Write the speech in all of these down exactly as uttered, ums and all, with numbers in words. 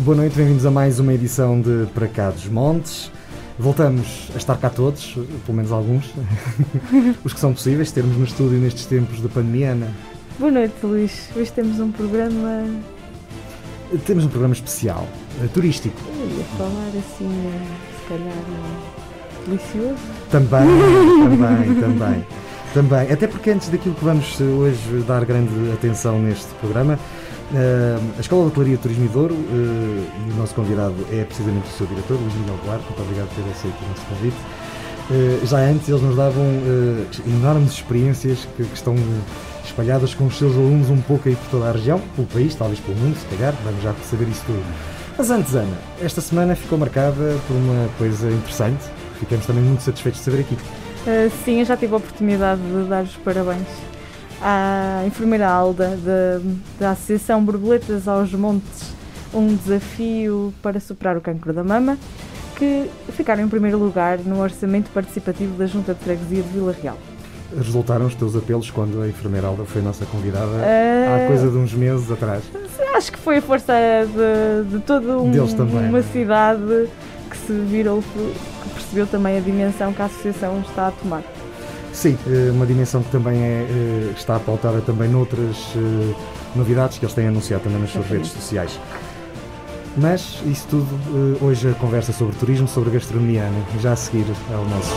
Boa noite, bem-vindos a mais uma edição de Para Cá dos Montes. Voltamos a estar cá todos, pelo menos alguns, os que são possíveis, termos no estúdio nestes tempos de pandemia, Ana. Boa noite, Luís. Hoje temos um programa... Temos um programa especial, turístico. Eu ia falar assim, se calhar, delicioso. Também, também, também. Também, até porque antes daquilo que vamos hoje dar grande atenção neste programa, a Escola de Hotelaria, Turismo e Douro, e o nosso convidado é precisamente o seu diretor, Luís Miguel Duarte. Muito obrigado por ter aceito o nosso convite. Já antes eles nos davam enormes experiências que, que estão espalhadas com os seus alunos um pouco aí por toda a região, pelo país, talvez pelo mundo, se calhar, vamos já saber isso tudo. Mas antes, Ana, esta semana ficou marcada por uma coisa interessante, ficamos também muito satisfeitos de saber aqui. Uh, sim, eu já tive a oportunidade de dar os parabéns à enfermeira Alda da, da Associação Borboletas aos Montes, um desafio para superar o cancro da mama, que ficaram em primeiro lugar no orçamento participativo da Junta de Freguesia de Vila Real. Resultaram os teus apelos quando a enfermeira Alda foi nossa convidada uh... há coisa de uns meses atrás? Acho que foi a força de, de toda um, também, uma é? cidade que se virou, que percebeu também a dimensão que a associação está a tomar. Sim, uma dimensão que também é, está pautada também noutras novidades que eles têm anunciado também nas suas redes sociais. Mas isso tudo, hoje a conversa sobre turismo, sobre gastronomia, Ana, já a seguir ao nosso...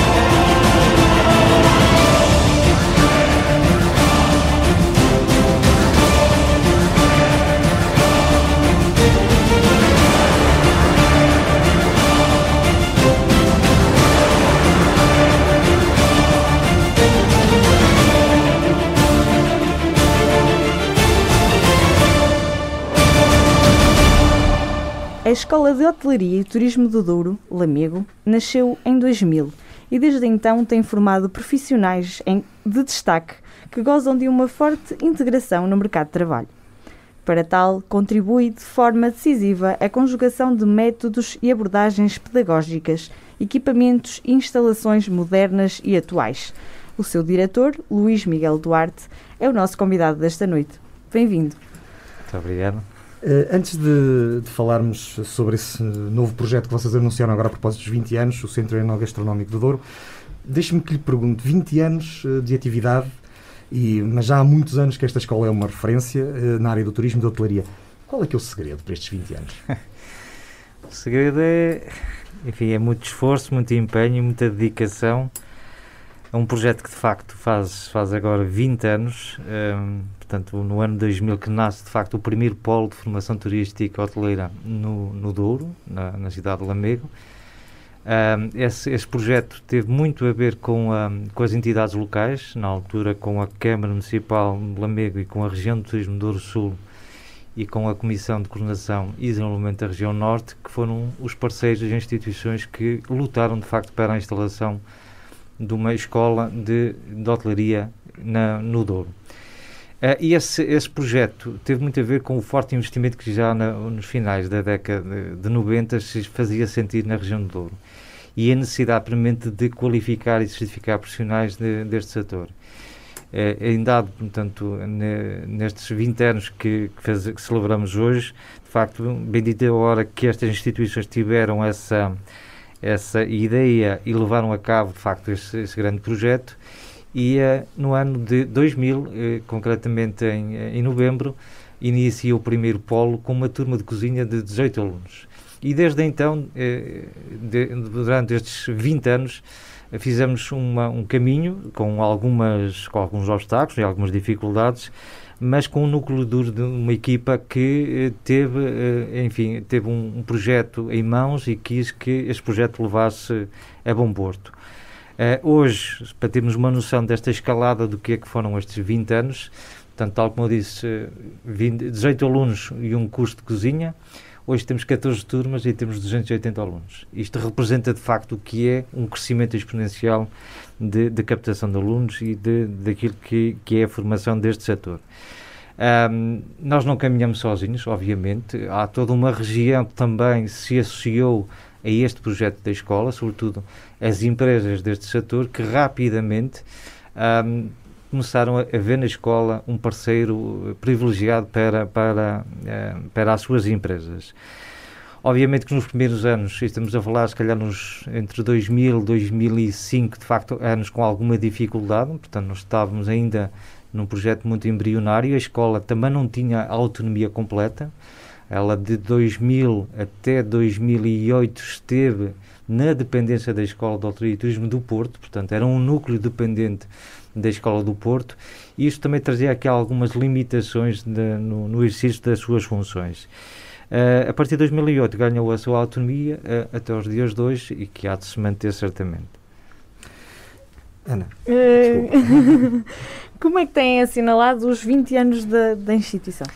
A Escola de Hotelaria e Turismo do Douro, Lamego, nasceu em dois mil e desde então tem formado profissionais em, de destaque que gozam de uma forte integração no mercado de trabalho. Para tal, contribui de forma decisiva a conjugação de métodos e abordagens pedagógicas, equipamentos e instalações modernas e atuais. O seu diretor, Luís Miguel Duarte, é o nosso convidado desta noite. Bem-vindo. Muito obrigado. Uh, antes de, de falarmos sobre esse novo projeto que vocês anunciaram agora a propósito dos vinte anos, o Centro Enogastronómico do Douro, deixe-me que lhe pergunte, vinte anos uh, de atividade, e, mas já há muitos anos que esta escola é uma referência uh, na área do turismo e da hotelaria. Qual é que é o segredo para estes vinte anos? O segredo é, enfim, é muito esforço, muito empenho, muita dedicação. É um projeto que de facto faz, faz agora vinte anos, um, portanto no ano dois mil que nasce de facto o primeiro polo de formação turística hoteleira no, no Douro, na, na cidade de Lamego. Um, esse, esse projeto teve muito a ver com, um, com as entidades locais, na altura com a Câmara Municipal de Lamego e com a Região de Turismo do Douro Sul e com a Comissão de Coordenação e Desenvolvimento da Região Norte, que foram os parceiros e instituições que lutaram de facto para a instalação de uma escola de, de hotelaria na, no Douro. Uh, e esse, esse projeto teve muito a ver com o forte investimento que já na, nos finais da década de, de noventa se fazia sentir na região do Douro e a necessidade premente de qualificar e certificar profissionais de, deste setor. Uh, em dado, portanto, ne, nestes vinte anos que, que, faz, que celebramos hoje, de facto, bendita a hora que estas instituições tiveram essa essa ideia e levaram a cabo, de facto, esse, esse grande projeto. E uh, no ano de dois mil, uh, concretamente em, em novembro, inicia o primeiro polo com uma turma de cozinha de dezoito alunos. E desde então, uh, de, durante estes vinte anos, uh, fizemos uma, um caminho com, algumas, com alguns obstáculos e algumas dificuldades, mas com um núcleo duro de uma equipa que uh, teve, uh, enfim, teve um, um projeto em mãos e quis que este projeto levasse a bom porto. Uh, hoje, para termos uma noção desta escalada do que é que foram estes vinte anos, portanto, tal como eu disse, uh, vinte, dezoito alunos e um curso de cozinha, hoje temos catorze turmas e temos duzentos e oitenta alunos. Isto representa, de facto, o que é um crescimento exponencial de, de captação de alunos e de, daquilo que, que é a formação deste setor. Um, nós não caminhamos sozinhos, obviamente. Há toda uma região que também se associou a este projeto da escola, sobretudo as empresas deste setor, que rapidamente um, começaram a, a ver na escola um parceiro privilegiado para, para, para as suas empresas. Obviamente que nos primeiros anos, estamos a falar se calhar nos, entre dois mil e dois mil e cinco, de facto, anos com alguma dificuldade, portanto nós estávamos ainda num projeto muito embrionário, a escola também não tinha autonomia completa, ela de dois mil até dois mil e oito esteve na dependência da Escola de Hotelaria e Turismo do Porto, portanto era um núcleo dependente da Escola do Porto, e isto também trazia aqui algumas limitações de, no, no exercício das suas funções. Uh, a partir de dois mil e oito ganhou a sua autonomia uh, até os dias de hoje e que há de se manter certamente. Ana, uh, como é que têm assinalado os vinte anos da, da instituição?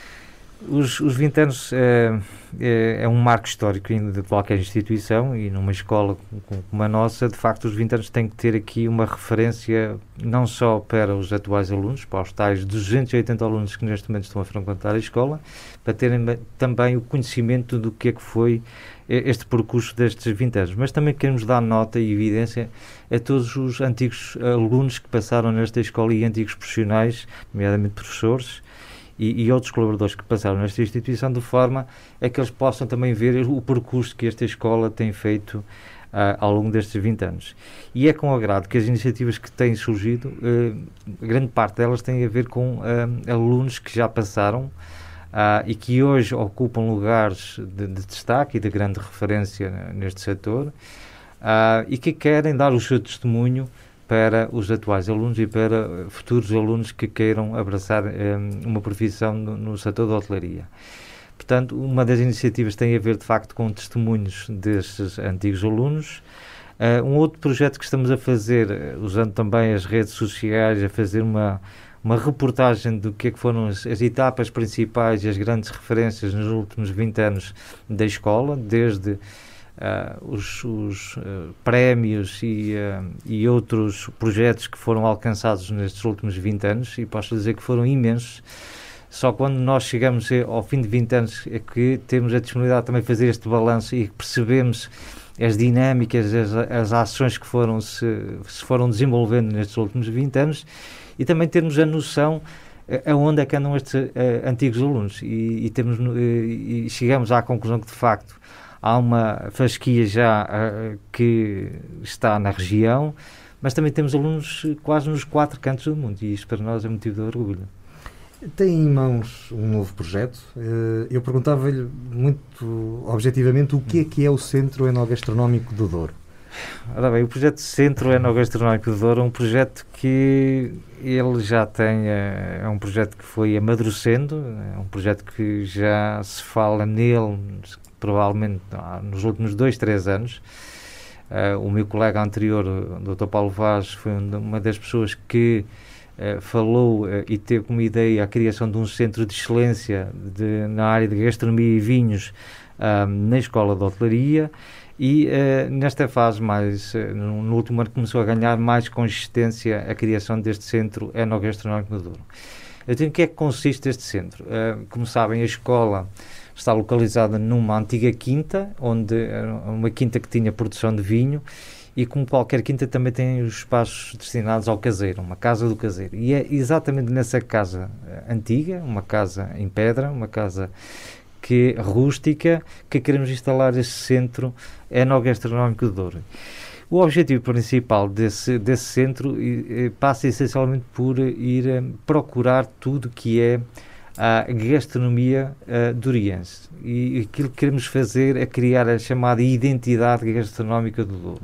Os, os vinte anos é, é, é um marco histórico ainda de qualquer instituição, e numa escola como a nossa, de facto, os vinte anos têm que ter aqui uma referência não só para os atuais alunos, para os tais duzentos e oitenta alunos que neste momento estão a frequentar a escola, para terem também o conhecimento do que é que foi este percurso destes vinte anos, mas também queremos dar nota e evidência a todos os antigos alunos que passaram nesta escola e antigos profissionais, nomeadamente professores, E, e outros colaboradores que passaram nesta instituição, de forma a que eles possam também ver o percurso que esta escola tem feito uh, ao longo destes vinte anos. E é com agrado que as iniciativas que têm surgido, uh, grande parte delas tem a ver com uh, alunos que já passaram uh, e que hoje ocupam lugares de, de destaque e de grande referência neste setor, uh, e que querem dar o seu testemunho para os atuais alunos e para futuros alunos que queiram abraçar um, uma profissão no, no setor da hotelaria. Portanto, uma das iniciativas tem a ver, de facto, com testemunhos destes antigos alunos. Uh, um outro projeto que estamos a fazer, usando também as redes sociais, a fazer uma, uma reportagem do que é que foram as, as etapas principais e as grandes referências nos últimos vinte anos da escola, desde Uh, os, os uh, prémios e, uh, e outros projetos que foram alcançados nestes últimos vinte anos, e posso dizer que foram imensos. Só quando nós chegamos ao fim de vinte anos é que temos a disponibilidade de também fazer este balanço e percebemos as dinâmicas, as, as ações que foram se, se foram desenvolvendo nestes últimos vinte anos, e também termos a noção uh, aonde é que andam estes uh, antigos alunos, e, e, temos, uh, e chegamos à conclusão que, de facto, há uma fasquia já uh, que está na região, mas também temos alunos quase nos quatro cantos do mundo, e isto para nós é motivo de orgulho. Tem em mãos um novo projeto. Uh, eu perguntava-lhe muito objetivamente o que é que é o Centro Enogastronómico do Douro. Ora bem, o projeto Centro Enogastronómico do Douro é um projeto que ele já tem, é, é um projeto que foi amadurecendo, é um projeto que já se fala nele provavelmente nos últimos dois, três anos. Uh, o meu colega anterior, o doutor Paulo Vaz, foi uma das pessoas que uh, falou uh, e teve como ideia a criação de um centro de excelência de, na área de gastronomia e vinhos uh, na Escola de Hotelaria, e uh, nesta fase, mais, uh, no, no último ano, começou a ganhar mais consistência a criação deste centro enogastronómico do Douro. Então, o que é que consiste este centro? Uh, como sabem, a escola está localizada numa antiga quinta, onde uma quinta que tinha produção de vinho, e como qualquer quinta também tem os espaços destinados ao caseiro, uma casa do caseiro. E é exatamente nessa casa antiga, uma casa em pedra, uma casa que rústica, que queremos instalar este centro enogastronómico do Douro. O objetivo principal desse, desse centro eh, passa essencialmente por ir eh, procurar tudo que é a gastronomia uh, douriense, e aquilo que queremos fazer é criar a chamada identidade gastronómica do Douro.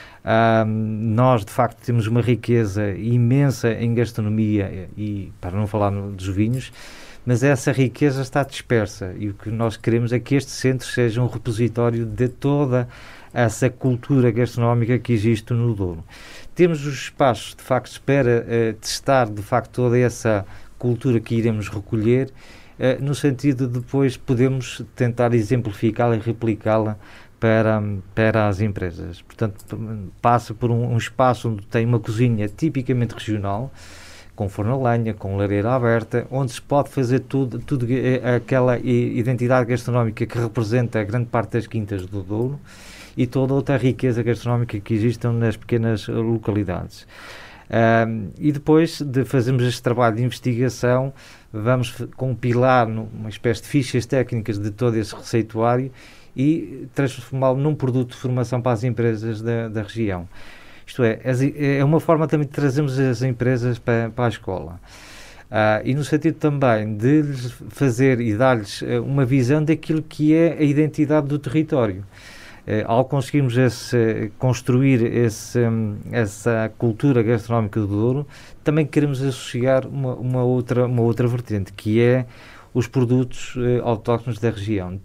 Uh, nós, de facto, temos uma riqueza imensa em gastronomia, e para não falar no, dos vinhos, mas essa riqueza está dispersa, e o que nós queremos é que este centro seja um repositório de toda essa cultura gastronómica que existe no Douro. Temos os espaços, de facto, para uh, testar, de facto, toda essa cultura que iremos recolher, uh, no sentido de depois podermos tentar exemplificá-la e replicá-la para, para as empresas. Portanto, passa por um, um espaço onde tem uma cozinha tipicamente regional, com forno a lenha, com lareira aberta, onde se pode fazer tudo, tudo aquela identidade gastronómica que representa a grande parte das quintas do Douro e toda outra riqueza gastronómica que existem nas pequenas localidades. Um, e depois de fazermos este trabalho de investigação, vamos compilar uma espécie de fichas técnicas de todo esse receituário e transformá-lo num produto de formação para as empresas da, da região. Isto é, é uma forma também de trazermos as empresas para, para a escola. Uh, e no sentido também de lhes fazer e dar-lhes uh, uma visão daquilo que é a identidade do território. Uh, ao conseguirmos esse, construir esse, um, essa cultura gastronómica do Douro, também queremos associar uma, uma, outra, uma outra vertente, que é os produtos uh, autóctonos da região.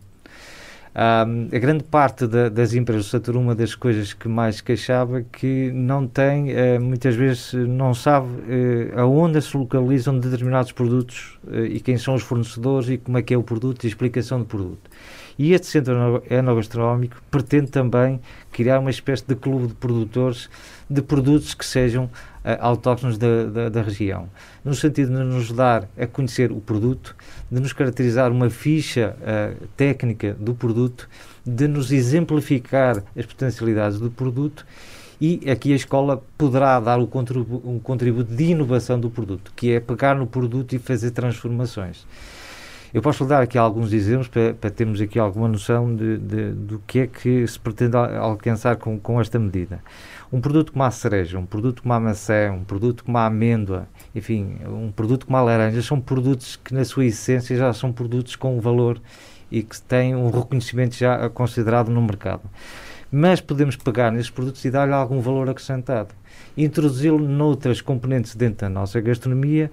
Um, a grande parte da, das empresas do setor, uma das coisas que mais queixava é que não tem, uh, muitas vezes não sabe uh, aonde se localizam determinados produtos uh, e quem são os fornecedores e como é que é o produto e a explicação do produto. E este centro enogastronómico pretende também criar uma espécie de clube de produtores de produtos que sejam uh, autóctonos da, da, da região, no sentido de nos dar a conhecer o produto, de nos caracterizar uma ficha uh, técnica do produto, de nos exemplificar as potencialidades do produto, e aqui a escola poderá dar o contribu- um contributo de inovação do produto, que é pegar no produto e fazer transformações. Eu posso dar aqui alguns exemplos para, para termos aqui alguma noção de, de, do que é que se pretende alcançar com, com esta medida. Um produto como a cereja, um produto como a maçã, um produto como a amêndoa, enfim, um produto como a laranja, são produtos que na sua essência já são produtos com valor e que têm um reconhecimento já considerado no mercado. Mas podemos pegar nesses produtos e dar-lhe algum valor acrescentado, introduzi-lo noutras componentes dentro da nossa gastronomia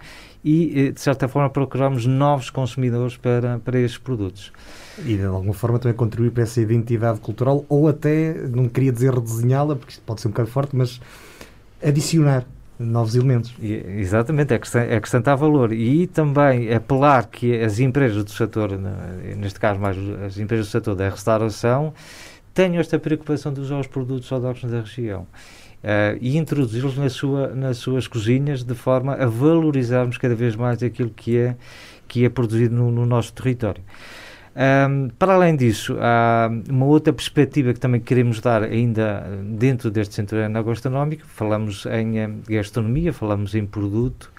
e, de certa forma, procuramos novos consumidores para, para estes produtos. E, de alguma forma, também contribuir para essa identidade cultural, ou até, não queria dizer redesenhá-la, porque isto pode ser um bocado forte, mas adicionar novos elementos. E, exatamente, é acrescentar valor e também apelar que as empresas do setor, neste caso mais as empresas do setor da restauração, tenham esta preocupação de usar os produtos autóctonos da região. Uh, e introduzi-los na sua, nas suas cozinhas de forma a valorizarmos cada vez mais aquilo que é, que é produzido no, no nosso território. Um, para além disso, há uma outra perspectiva que também queremos dar ainda dentro deste centro enogastronómico. Falamos em uh, gastronomia, falamos em produto,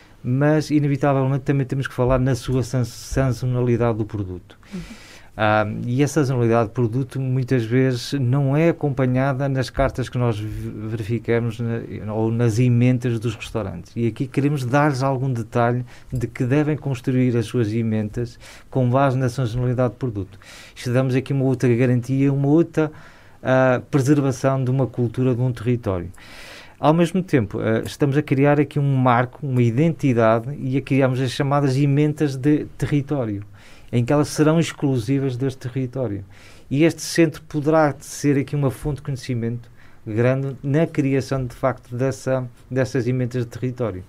mas inevitavelmente também temos que falar na sua sazonalidade do produto. Uhum. Uh, e essa sazonalidade do produto muitas vezes não é acompanhada nas cartas que nós verificamos na, ou nas emendas dos restaurantes. E aqui queremos dar-lhes algum detalhe de que devem construir as suas emendas com base na sazonalidade do produto. Isto damos aqui uma outra garantia, uma outra uh, preservação de uma cultura de um território. Ao mesmo tempo, uh, estamos a criar aqui um marco, uma identidade e a criarmos as chamadas emendas de território, em que elas serão exclusivas deste território. E este centro poderá ser aqui uma fonte de conhecimento grande na criação, de facto, dessa, dessas emendas de território.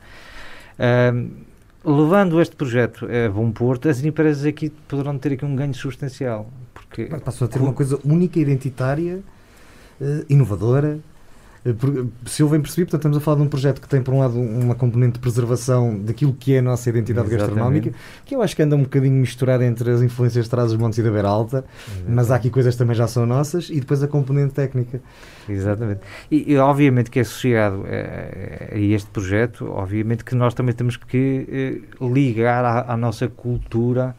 Uh, levando este projeto a bom porto, as empresas aqui poderão ter aqui um ganho substancial. Porque passam a ter uma coisa única, identitária, uh, inovadora. Se eu bem percebi, portanto, estamos a falar de um projeto que tem, por um lado, uma componente de preservação daquilo que é a nossa identidade Exatamente. Gastronómica, que eu acho que anda um bocadinho misturada entre as influências de Trás-os-Montes e da Beira Alta, Exatamente. Mas há aqui coisas que também já são nossas, e depois a componente técnica. Exatamente. E, e obviamente que é associado a, a este projeto, obviamente que nós também temos que eh, ligar à, à nossa cultura,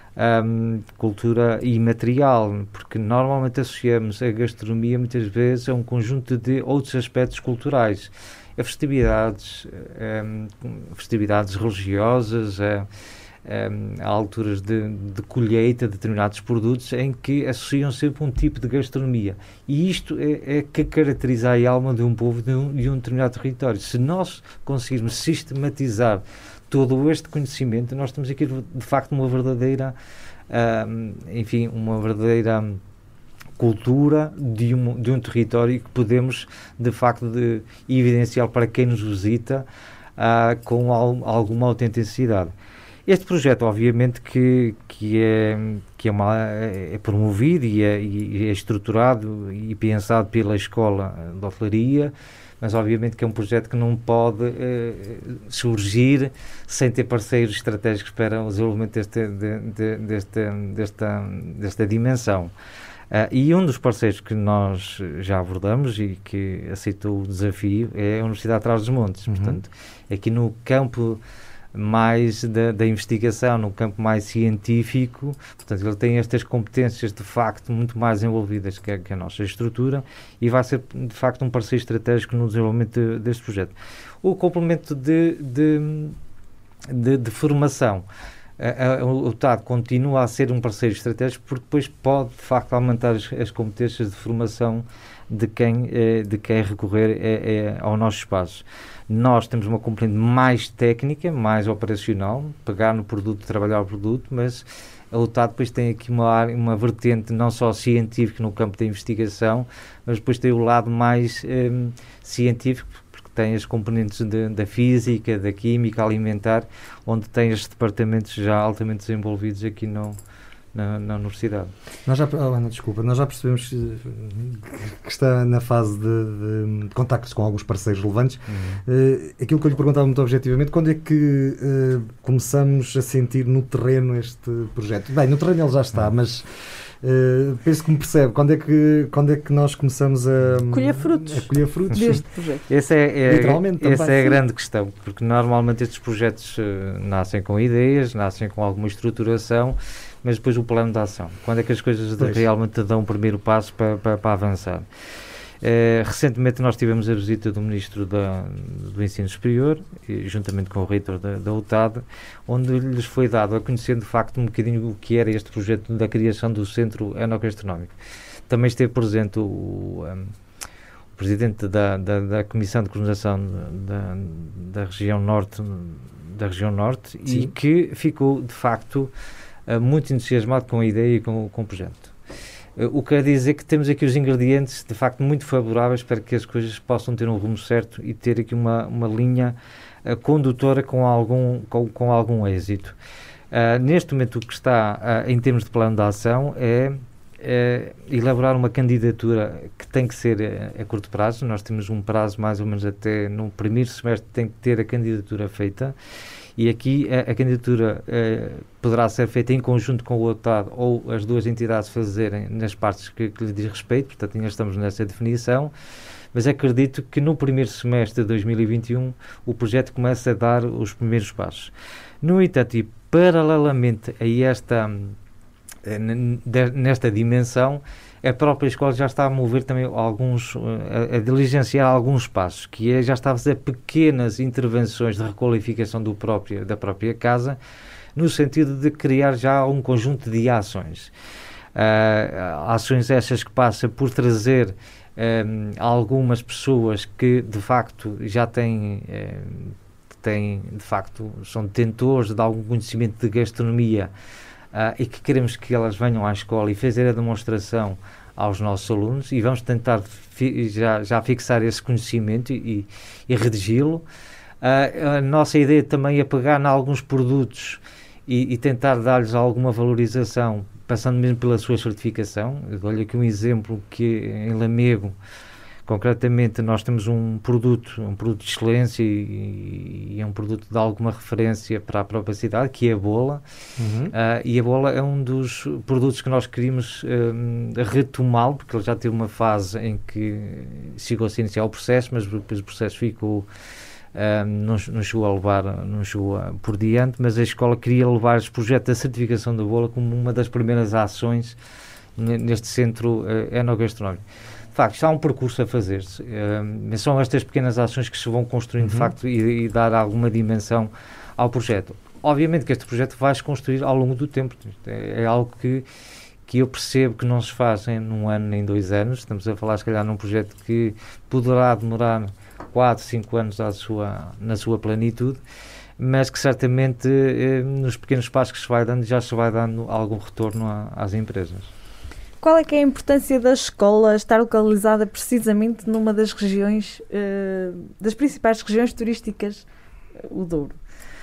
Um, cultura imaterial, porque normalmente associamos a gastronomia muitas vezes a um conjunto de outros aspectos culturais, a festividades, um, festividades religiosas, a, a, a alturas de, de colheita de determinados produtos em que associam sempre um tipo de gastronomia, e isto é, é que caracteriza a alma de um povo de um, de um determinado território. Se nós conseguirmos sistematizar todo este conhecimento, nós temos aqui de facto uma verdadeira, uh, enfim, uma verdadeira cultura de um, de um território que podemos de facto de evidenciar para quem nos visita uh, com al, alguma autenticidade. Este projeto, obviamente, que, que, é, que é, uma, é promovido e é, e é estruturado e pensado pela Escola de Hotelaria, mas obviamente que é um projeto que não pode eh, surgir sem ter parceiros estratégicos para o desenvolvimento deste, de, de, deste, desta, desta dimensão. Uh, e um dos parceiros que nós já abordamos e que aceitou o desafio é a Universidade de Trás-os-Montes. Uhum. Portanto, aqui no campo mais da, da investigação, no campo mais científico, portanto, ele tem estas competências de facto muito mais envolvidas que a, que a nossa estrutura e vai ser de facto um parceiro estratégico no desenvolvimento de, deste projeto. O complemento de, de, de, de formação. A, a, o T A D continua a ser um parceiro estratégico porque depois pode, de facto, aumentar as, as competências de formação de quem, eh, de quem recorrer é, é, ao nosso espaço. Nós temos uma componente mais técnica, mais operacional, pegar no produto, trabalhar o produto, mas a U T A D depois tem aqui uma, área, uma vertente não só científica no campo da investigação, mas depois tem o lado mais eh, científico, tem as componentes de, da física, da química, alimentar, onde tem estes departamentos já altamente desenvolvidos aqui no, na, na universidade. Nós já, oh, Ana, desculpa, nós já percebemos que, que está na fase de, de contactos com alguns parceiros relevantes. Uhum. Uh, aquilo que eu lhe perguntava muito objetivamente, quando é que uh, começamos a sentir no terreno este projeto? Bem, no terreno ele já está, uhum. mas... Uh, penso que me percebe quando é que, quando é que nós começamos a colher frutos, a colher frutos deste projeto. Essa é, é, Literalmente, essa também. é a grande questão, porque normalmente estes projetos uh, nascem com ideias, nascem com alguma estruturação, mas depois o plano de ação. Quando é que as coisas de, realmente dão o primeiro passo para, para, para avançar? Uh, recentemente nós tivemos a visita do Ministro da, do Ensino Superior, e, juntamente com o Reitor da, da U T A D, onde lhes foi dado a conhecer de facto um bocadinho o que era este projeto da criação do Centro Enogastronómico. Também esteve presente o, o, um, o Presidente da, da, da Comissão de Coordenação da, da região Norte, da região norte e que ficou de facto uh, muito entusiasmado com a ideia e com, com o projeto. O que quer dizer que temos aqui os ingredientes de facto muito favoráveis para que as coisas possam ter um rumo certo e ter aqui uma, uma linha uh, condutora com algum, com, com algum êxito. Uh, neste momento o que está uh, em termos de plano de ação é, é elaborar uma candidatura que tem que ser a, a curto prazo. Nós temos um prazo mais ou menos até no primeiro semestre tem que ter a candidatura feita. E aqui a, a candidatura eh, poderá ser feita em conjunto com o O T A D ou as duas entidades fazerem nas partes que, que lhe diz respeito, portanto ainda estamos nessa definição, mas acredito que no primeiro semestre de dois mil e vinte e um o projeto começa a dar os primeiros passos. No entanto, e paralelamente a esta, nesta dimensão, a própria escola já está a mover também alguns, a, a diligenciar alguns passos, que é, já está a fazer pequenas intervenções de requalificação do próprio, da própria casa, no sentido de criar já um conjunto de ações. Uh, ações essas que passam por trazer um, algumas pessoas que, de facto, já têm, um, têm, de facto, são detentores de algum conhecimento de gastronomia, Uh, e que queremos que elas venham à escola e fazer a demonstração aos nossos alunos e vamos tentar fi- já, já fixar esse conhecimento e, e redigi-lo. Uh, a nossa ideia também é pegar em alguns produtos e, e tentar dar-lhes alguma valorização, passando mesmo pela sua certificação. Eu dou-lhe aqui um exemplo que em Lamego, concretamente, nós temos um produto, um produto de excelência e, e é um produto de alguma referência para a própria cidade, que é a bola. Uhum. Uh, e a bola é um dos produtos que nós queríamos um, retomá-lo, porque ele já teve uma fase em que chegou-se a iniciar o processo, mas depois o processo ficou, um, não, não chegou a levar, não chegou a, por diante, mas a escola queria levar este projeto da certificação da bola como uma das primeiras ações neste centro uh, enogastronómico. De facto, há um percurso a fazer-se. Uh, são estas pequenas ações que se vão construindo, uhum. de facto, e, e dar alguma dimensão ao projeto. Obviamente que este projeto vai se construir ao longo do tempo. É, é algo que, que eu percebo que não se faz em num ano nem dois anos. Estamos a falar, se calhar, num projeto que poderá demorar quatro, cinco anos à sua, na sua plenitude, mas que certamente, eh, nos pequenos passos que se vai dando, já se vai dando algum retorno a, às empresas. Qual é que é a importância da escola estar localizada precisamente numa das regiões, uh, das principais regiões turísticas, o Douro?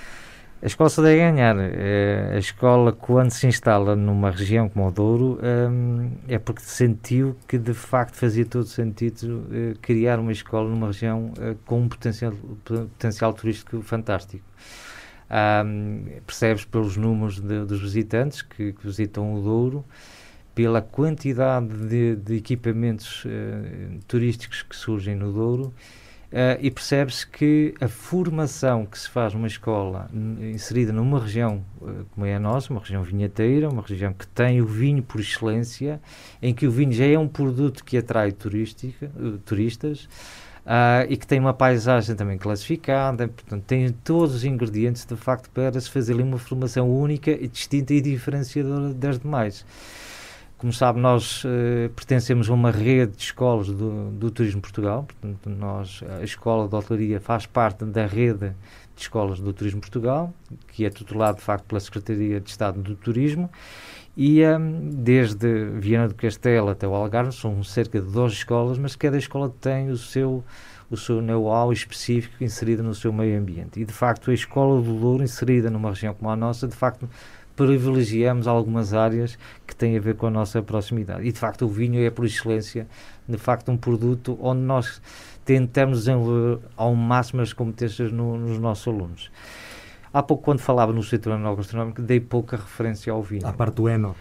A escola só deve ganhar. É, a escola, quando se instala numa região como o Douro, um, é porque sentiu que de facto fazia todo sentido uh, criar uma escola numa região uh, com um potencial, potencial turístico fantástico. Um, percebes pelos números de, dos visitantes que, que visitam o Douro, pela quantidade de, de equipamentos uh, turísticos que surgem no Douro. Uh, e percebe-se que a formação que se faz numa escola n- inserida numa região uh, como é a nossa, uma região vinheteira, uma região que tem o vinho por excelência, em que o vinho já é um produto que atrai turística, uh, turistas uh, e que tem uma paisagem também classificada, portanto tem todos os ingredientes de facto para se fazer ali uma formação única, e distinta e diferenciadora das demais. Como sabe, nós uh, pertencemos a uma rede de escolas do, do Turismo Portugal, portanto, nós, a Escola de Hotelaria faz parte da rede de escolas do Turismo Portugal, que é tutelado, de facto, pela Secretaria de Estado do Turismo, e um, desde Viana do Castelo até o Algarve, são cerca de doze escolas, mas cada escola tem o seu, o seu know-how específico inserido no seu meio ambiente. E, de facto, a Escola do Douro, inserida numa região como a nossa, de facto, privilegiamos algumas áreas que têm a ver com a nossa proximidade. E, de facto, o vinho é, por excelência, de facto, um produto onde nós tentamos desenvolver ao máximo as competências no, nos nossos alunos. Há pouco, quando falava no setor enogastronómico, dei pouca referência ao vinho. À parte do eno.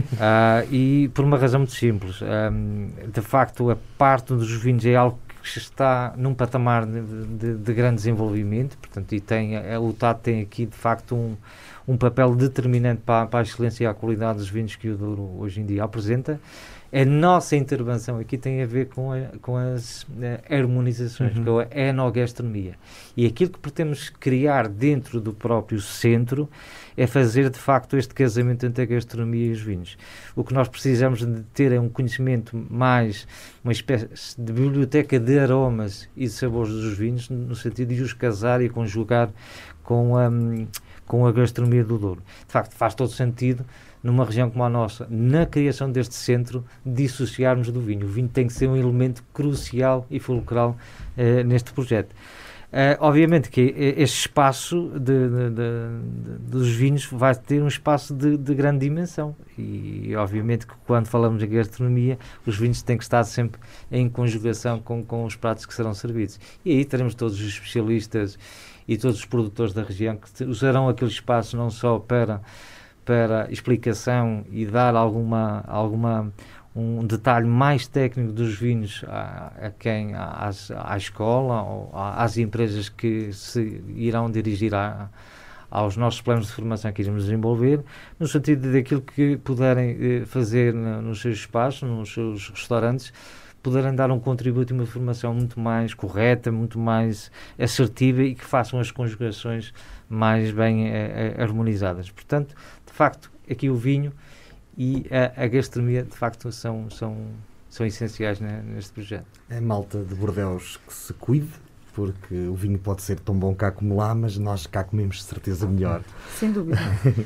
Uh, e por uma razão muito simples. Um, de facto, a parte dos vinhos é algo que está num patamar de, de, de grande desenvolvimento, portanto, e tem, a, o T A D tem aqui, de facto, um um papel determinante para, para a excelência e a qualidade dos vinhos que o Douro hoje em dia apresenta. A nossa intervenção aqui tem a ver com, a, com as a, harmonizações, uhum. com a enogastronomia. E aquilo que pretendemos criar dentro do próprio centro é fazer, de facto, este casamento entre a gastronomia e os vinhos. O que nós precisamos de ter é um conhecimento mais, uma espécie de biblioteca de aromas e de sabores dos vinhos, no sentido de os casar e conjugar com a... Um, com a gastronomia do Douro. De facto, faz todo sentido, numa região como a nossa, na criação deste centro, dissociarmos do vinho. O vinho tem que ser um elemento crucial e fulcral uh, neste projeto. Uh, obviamente que este espaço de, de, de, de, dos vinhos vai ter um espaço de, de grande dimensão e obviamente que quando falamos de gastronomia os vinhos têm que estar sempre em conjugação com, com os pratos que serão servidos. E aí teremos todos os especialistas e todos os produtores da região que usarão aquele espaço não só para, para explicação e dar alguma, alguma, um detalhe mais técnico dos vinhos a, a quem, às, à escola ou às empresas que se irão dirigir a, aos nossos planos de formação que iremos desenvolver, no sentido daquilo que puderem eh, fazer na, nos seus espaços, nos seus restaurantes, poderem dar um contributo e uma formação muito mais correta, muito mais assertiva e que façam as conjugações mais bem eh, harmonizadas. Portanto, de facto, aqui o vinho e a, a gastronomia, de facto, são, são, são essenciais né, neste projeto. É malta de Bordeus que se cuide, porque o vinho pode ser tão bom cá como lá, mas nós cá comemos de certeza melhor. Sem dúvida.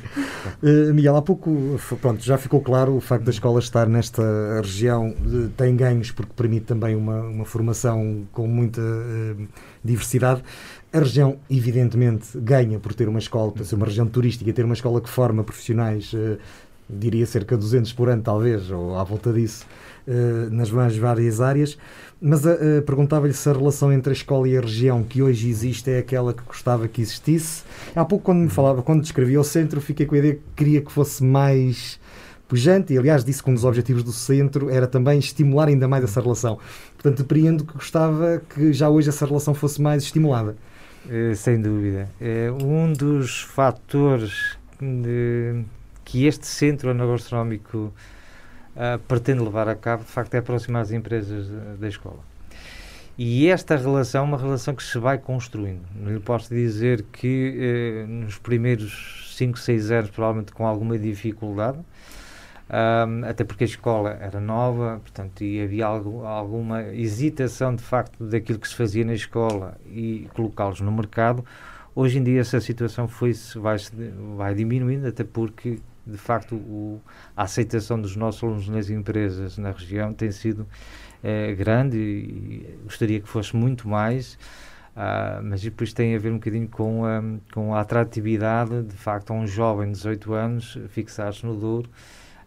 uh, Miguel, há pouco pronto, já ficou claro o facto da escola estar nesta região, uh, tem ganhos porque permite também uma, uma formação com muita uh, diversidade. A região, evidentemente, ganha por ter uma escola, por ser uma região turística, ter uma escola que forma profissionais, uh, diria cerca de duzentos por ano, talvez, ou à volta disso, uh, nas mais várias áreas. Mas uh, uh, perguntava-lhe se a relação entre a escola e a região que hoje existe é aquela que gostava que existisse. Há pouco, quando me falava, quando descrevia o centro, fiquei com a ideia que queria que fosse mais pujante, e aliás disse que um dos objetivos do centro era também estimular ainda mais essa relação. Portanto, depreendo que gostava que já hoje essa relação fosse mais estimulada. É, sem dúvida. É um dos fatores de, que este centro enogastronómico Uh, pretende levar a cabo, de facto, é aproximar as empresas uh, da escola. E esta relação é uma relação que se vai construindo. Não lhe posso dizer que uh, nos primeiros cinco, seis anos, provavelmente com alguma dificuldade, um, até porque a escola era nova, portanto, e havia algo, alguma hesitação, de facto, daquilo que se fazia na escola e colocá-los no mercado. Hoje em dia essa situação foi, vai, vai diminuindo, até porque de facto o, a aceitação dos nossos alunos nas empresas na região tem sido eh, grande e gostaria que fosse muito mais, uh, mas depois tem a ver um bocadinho com a, com a atratividade de facto a um jovem de dezoito anos fixar-se no Douro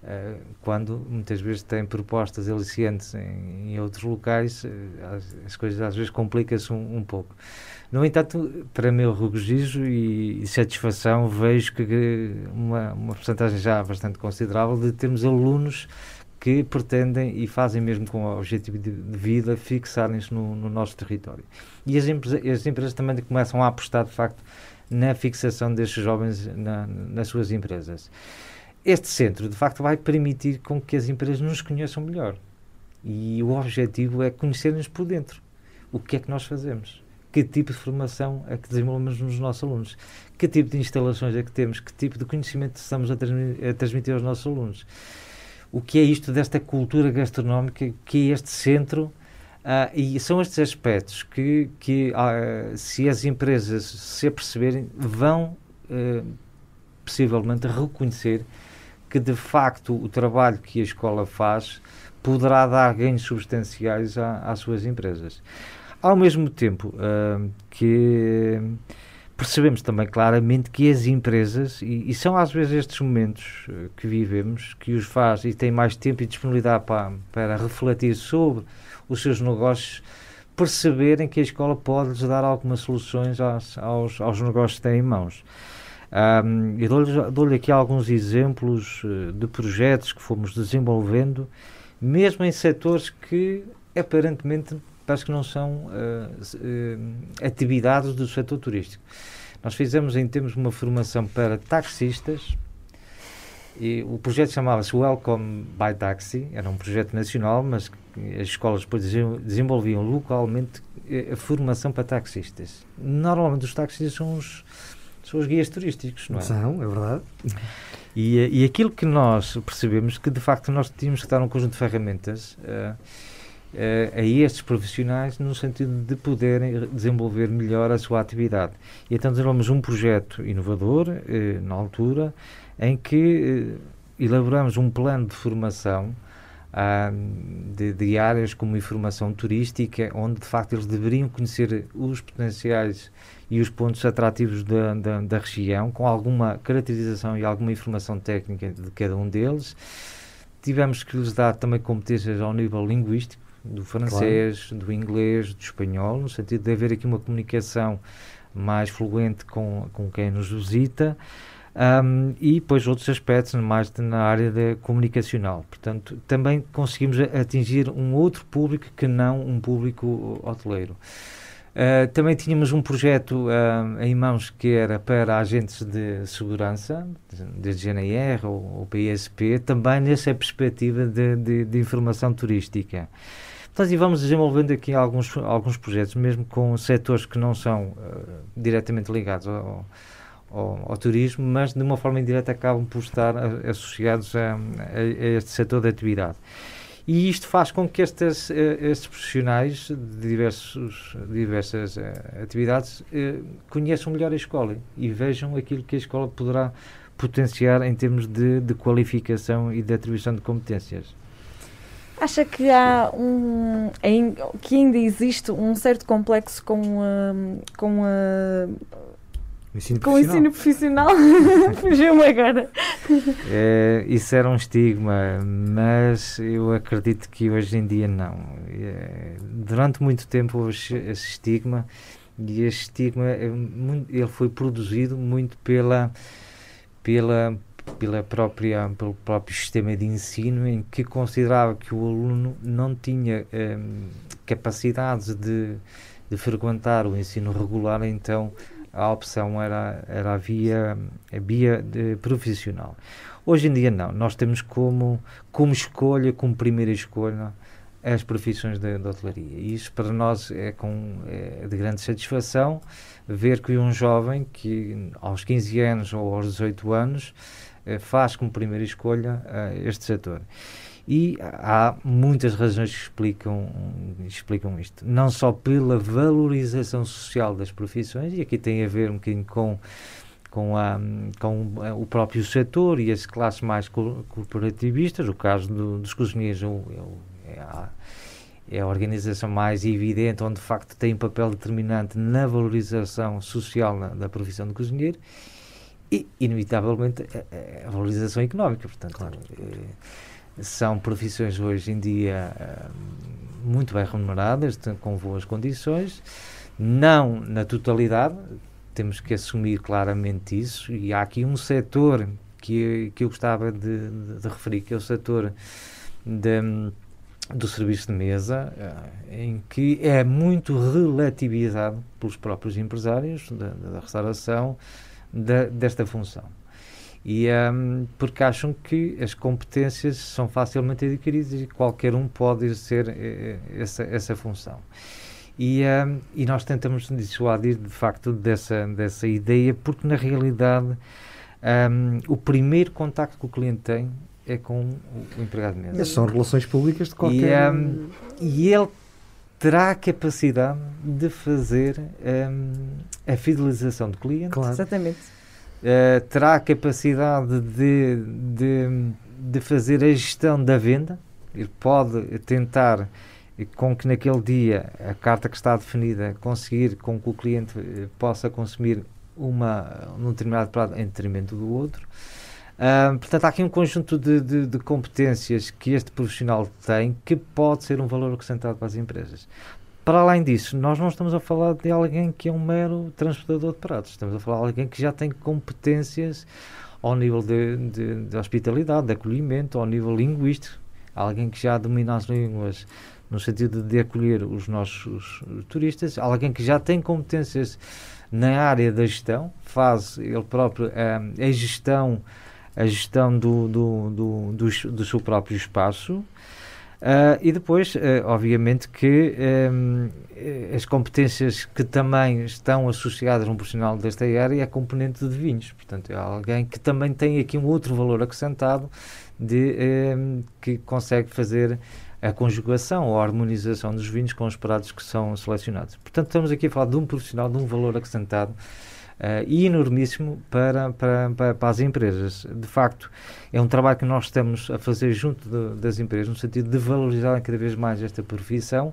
uh, quando muitas vezes tem propostas aliciantes em, em outros locais, uh, as, as coisas às vezes complicam-se um, um pouco. No entanto, para meu regozijo e, e satisfação, vejo que uma, uma porcentagem já bastante considerável de termos alunos que pretendem e fazem mesmo com o objetivo de, de vida fixarem-se no, no nosso território. E as, empresa, as empresas também começam a apostar, de facto, na fixação destes jovens na, nas suas empresas. Este centro, de facto, vai permitir com que as empresas nos conheçam melhor. E o objetivo é conhecer-nos por dentro. O que é que nós fazemos? Que tipo de formação é que desenvolvemos nos nossos alunos? Que tipo de instalações é que temos? Que tipo de conhecimento estamos a, transmi- a transmitir aos nossos alunos? O que é isto desta cultura gastronómica, que é este centro? Uh, e são estes aspectos que, que uh, se as empresas se aperceberem, vão uh, possivelmente reconhecer que, de facto, o trabalho que a escola faz poderá dar ganhos substanciais a, às suas empresas. Ao mesmo tempo uh, que percebemos também claramente que as empresas, e, e são às vezes estes momentos uh, que vivemos, que os faz e têm mais tempo e disponibilidade para, para refletir sobre os seus negócios, perceberem que a escola pode-lhes dar algumas soluções aos, aos, aos negócios que têm em mãos. Um, eu dou-lhe, dou-lhe aqui alguns exemplos uh, de projetos que fomos desenvolvendo, mesmo em setores que aparentemente parece que não são uh, uh, atividades do setor turístico. Nós fizemos em termos uma formação para taxistas, e o projeto chamava-se Welcome by Taxi, era um projeto nacional, mas as escolas depois desenvolviam localmente a formação para taxistas. Normalmente os taxistas são os, são os guias turísticos, não é? São, é verdade. E, e aquilo que nós percebemos, que de facto nós tínhamos que dar um conjunto de ferramentas uh, uh, a estes profissionais, no sentido de poderem desenvolver melhor a sua atividade. E então desenvolvemos um projeto inovador, uh, na altura, em que uh, elaboramos um plano de formação uh, de, de áreas como informação turística, onde de facto eles deveriam conhecer os potenciais e os pontos atrativos da, da, da região, com alguma caracterização e alguma informação técnica de cada um deles. Tivemos que lhes dar também competências ao nível linguístico, do francês, claro, do inglês, do espanhol, no sentido de haver aqui uma comunicação mais fluente com, com quem nos visita. Um, e depois outros aspectos mais de, na área de comunicacional. Portanto, também conseguimos atingir um outro público que não um público hoteleiro. Uh, também tínhamos um projeto uh, em mãos que era para agentes de segurança, desde G N R ou, ou P S P, também nessa perspectiva de, de, de informação turística. Portanto, e vamos desenvolvendo aqui alguns, alguns projetos, mesmo com setores que não são uh, diretamente ligados ao Ao, ao turismo, mas de uma forma indireta acabam por estar a, associados a, a, a este setor de atividade. E isto faz com que estes, estes profissionais de diversos, diversas uh, atividades uh, conheçam melhor a escola e vejam aquilo que a escola poderá potenciar em termos de, de qualificação e de atribuição de competências. Acha que há um, que ainda existe um certo complexo com, uh, com a Ensino Com o ensino profissional? Fugiu-me agora. É, isso era um estigma, mas eu acredito que hoje em dia não. É, durante muito tempo houve esse estigma, e esse estigma é muito, ele foi produzido muito pela, pela, pela própria, pelo próprio sistema de ensino, em que considerava que o aluno não tinha é, capacidade de, de frequentar o ensino regular, então a opção era, era a via, a via de profissional. Hoje em dia não, nós temos como, como escolha, como primeira escolha, as profissões da, da hotelaria. E isso para nós é, com, é de grande satisfação ver que um jovem que aos quinze anos ou aos dezoito anos faz como primeira escolha este setor. E há muitas razões que explicam, explicam isto. Não só pela valorização social das profissões, e aqui tem a ver um bocadinho com, com, a, com o próprio setor e as classes mais corporativistas. O caso do, dos cozinheiros é a, é a organização mais evidente, onde de facto tem um papel determinante na valorização social na, da profissão de cozinheiro. e, inevitavelmente, a, a valorização económica. Portanto, claro. é, são profissões hoje em dia é, muito bem remuneradas, com boas condições, não na totalidade, temos que assumir claramente isso, e há aqui um setor que, que eu gostava de, de, de referir, que é o setor de, do serviço de mesa, em que é muito relativizado pelos próprios empresários da, da restauração da, desta função. E, um, porque acham que as competências são facilmente adquiridas e qualquer um pode exercer eh, essa, essa função. E, um, e nós tentamos dissuadir, de facto, dessa, dessa ideia, porque, na realidade, um, o primeiro contacto que o cliente tem é com o, o empregado de mesa. Essas são relações públicas de qualquer... E, um, e ele terá a capacidade de fazer um, a fidelização do cliente. Claro. Exatamente. Uh, terá a capacidade de, de, de fazer a gestão da venda. Ele pode tentar, com que naquele dia a carta que está definida, conseguir com que o cliente uh, possa consumir uma, um determinado prato em detrimento do outro. Uh, portanto, há aqui um conjunto de, de, de competências que este profissional tem, que pode ser um valor acrescentado para as empresas. Para além disso, nós não estamos a falar de alguém que é um mero transportador de pratos, estamos a falar de alguém que já tem competências ao nível de, de, de hospitalidade, de acolhimento, ao nível linguístico, alguém que já domina as línguas no sentido de acolher os nossos turistas, alguém que já tem competências na área da gestão, faz ele próprio a, a gestão, a gestão do, do, do, do, do seu próprio espaço. Uh, e depois, uh, obviamente, que um, as competências que também estão associadas a um profissional desta área é a componente de vinhos. Portanto, é alguém que também tem aqui um outro valor acrescentado de, um, que consegue fazer a conjugação ou a harmonização dos vinhos com os pratos que são selecionados. Portanto, estamos aqui a falar de um profissional, de um valor acrescentado Uh, e enormíssimo para, para, para, para as empresas. De facto, é um trabalho que nós estamos a fazer junto de, das empresas, no sentido de valorizar cada vez mais esta profissão,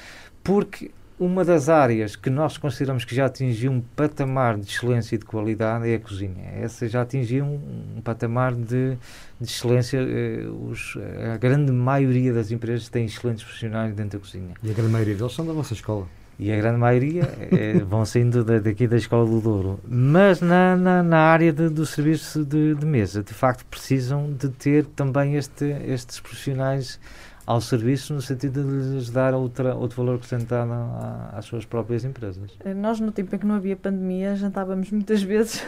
porque uma das áreas que nós consideramos que já atingiu um patamar de excelência e de qualidade é a cozinha. Essa já atingiu um, um patamar de, de excelência. Uh, os, a grande maioria das empresas tem excelentes profissionais dentro da cozinha. E a grande maioria deles são da vossa escola. E a grande maioria é, vão saindo da, daqui da Escola do Douro. Mas na, na, na área de, do serviço de, de mesa, de facto, precisam de ter também este, estes profissionais ao serviço, no sentido de lhes dar outra, outro valor acrescentado às suas próprias empresas. Nós, no tempo em que não havia pandemia, jantávamos muitas vezes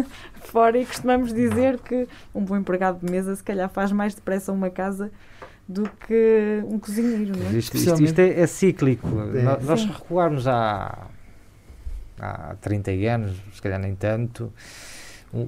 fora e costumamos dizer que um bom empregado de mesa, se calhar, faz mais depressa uma casa do que um cozinheiro, não é? Isto, isto, isto é, é cíclico. É. Nós, nós recuarmos há, há trinta anos, se calhar nem tanto, o,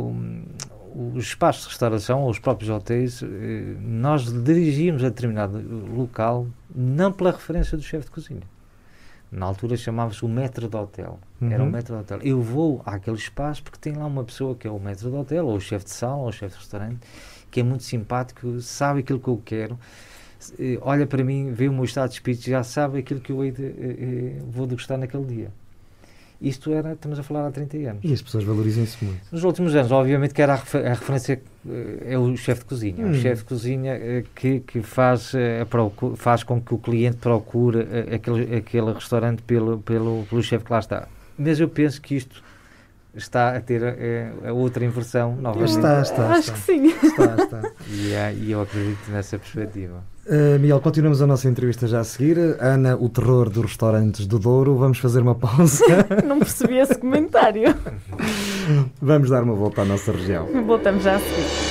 o, os espaços de restauração, ou os próprios hotéis, nós dirigíamos a determinado local não pela referência do chefe de cozinha. Na altura chamava-se o maître d'hôtel. Uhum. Era o maître d'hôtel. Eu vou àquele espaço porque tem lá uma pessoa que é o maître d'hôtel, ou o chefe de sala, ou o chefe de restaurante, que é muito simpático, sabe aquilo que eu quero, olha para mim, vê o meu estado de espírito, já sabe aquilo que eu hei de, eh, vou degustar naquele dia. Isto era, estamos a falar há trinta anos. E as pessoas valorizam isso muito. Nos últimos anos, obviamente, que era a, refer- a referência é o chefe de cozinha. Hum. O chefe de cozinha que, que faz, procu- faz com que o cliente procure aquele, aquele restaurante pelo, pelo, pelo chefe que lá está. Mas eu penso que isto está a ter a, a outra inversão novamente. Está, está. Acho está. que sim. Está, está. E, e eu acredito nessa perspectiva. Uh, Miguel, continuamos a nossa entrevista já a seguir. Ana, o terror dos restaurantes do Douro. Vamos fazer uma pausa. Não percebi esse comentário. Vamos dar uma volta à nossa região. Voltamos já a seguir.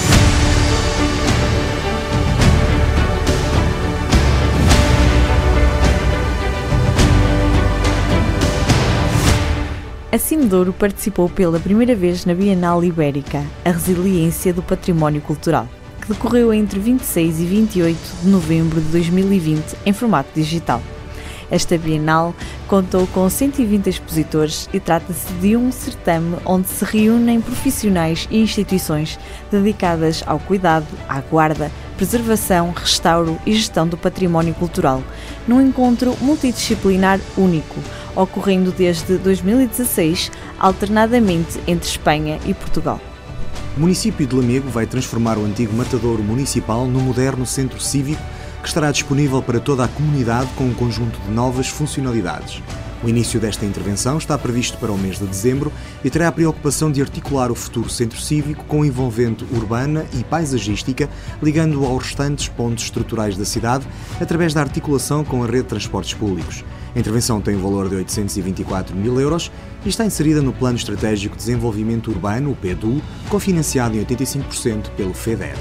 A Cimedouro participou pela primeira vez na Bienal Ibérica, a resiliência do património cultural, que decorreu entre vinte e seis e vinte e oito de novembro de dois mil e vinte em formato digital. Esta Bienal contou com cento e vinte expositores e trata-se de um certame onde se reúnem profissionais e instituições dedicadas ao cuidado, à guarda, preservação, restauro e gestão do património cultural, num encontro multidisciplinar único, ocorrendo desde dois mil e dezasseis, alternadamente entre Espanha e Portugal. O município de Lamego vai transformar o antigo matadouro municipal num moderno centro cívico que estará disponível para toda a comunidade com um conjunto de novas funcionalidades. O início desta intervenção está previsto para o mês de dezembro e terá a preocupação de articular o futuro centro cívico com envolvente urbana e paisagística, ligando-o aos restantes pontos estruturais da cidade através da articulação com a rede de transportes públicos. A intervenção tem um valor de oitocentos e vinte e quatro mil euros e está inserida no Plano Estratégico de Desenvolvimento Urbano, o P E D U, cofinanciado em oitenta e cinco por cento pelo FEDER.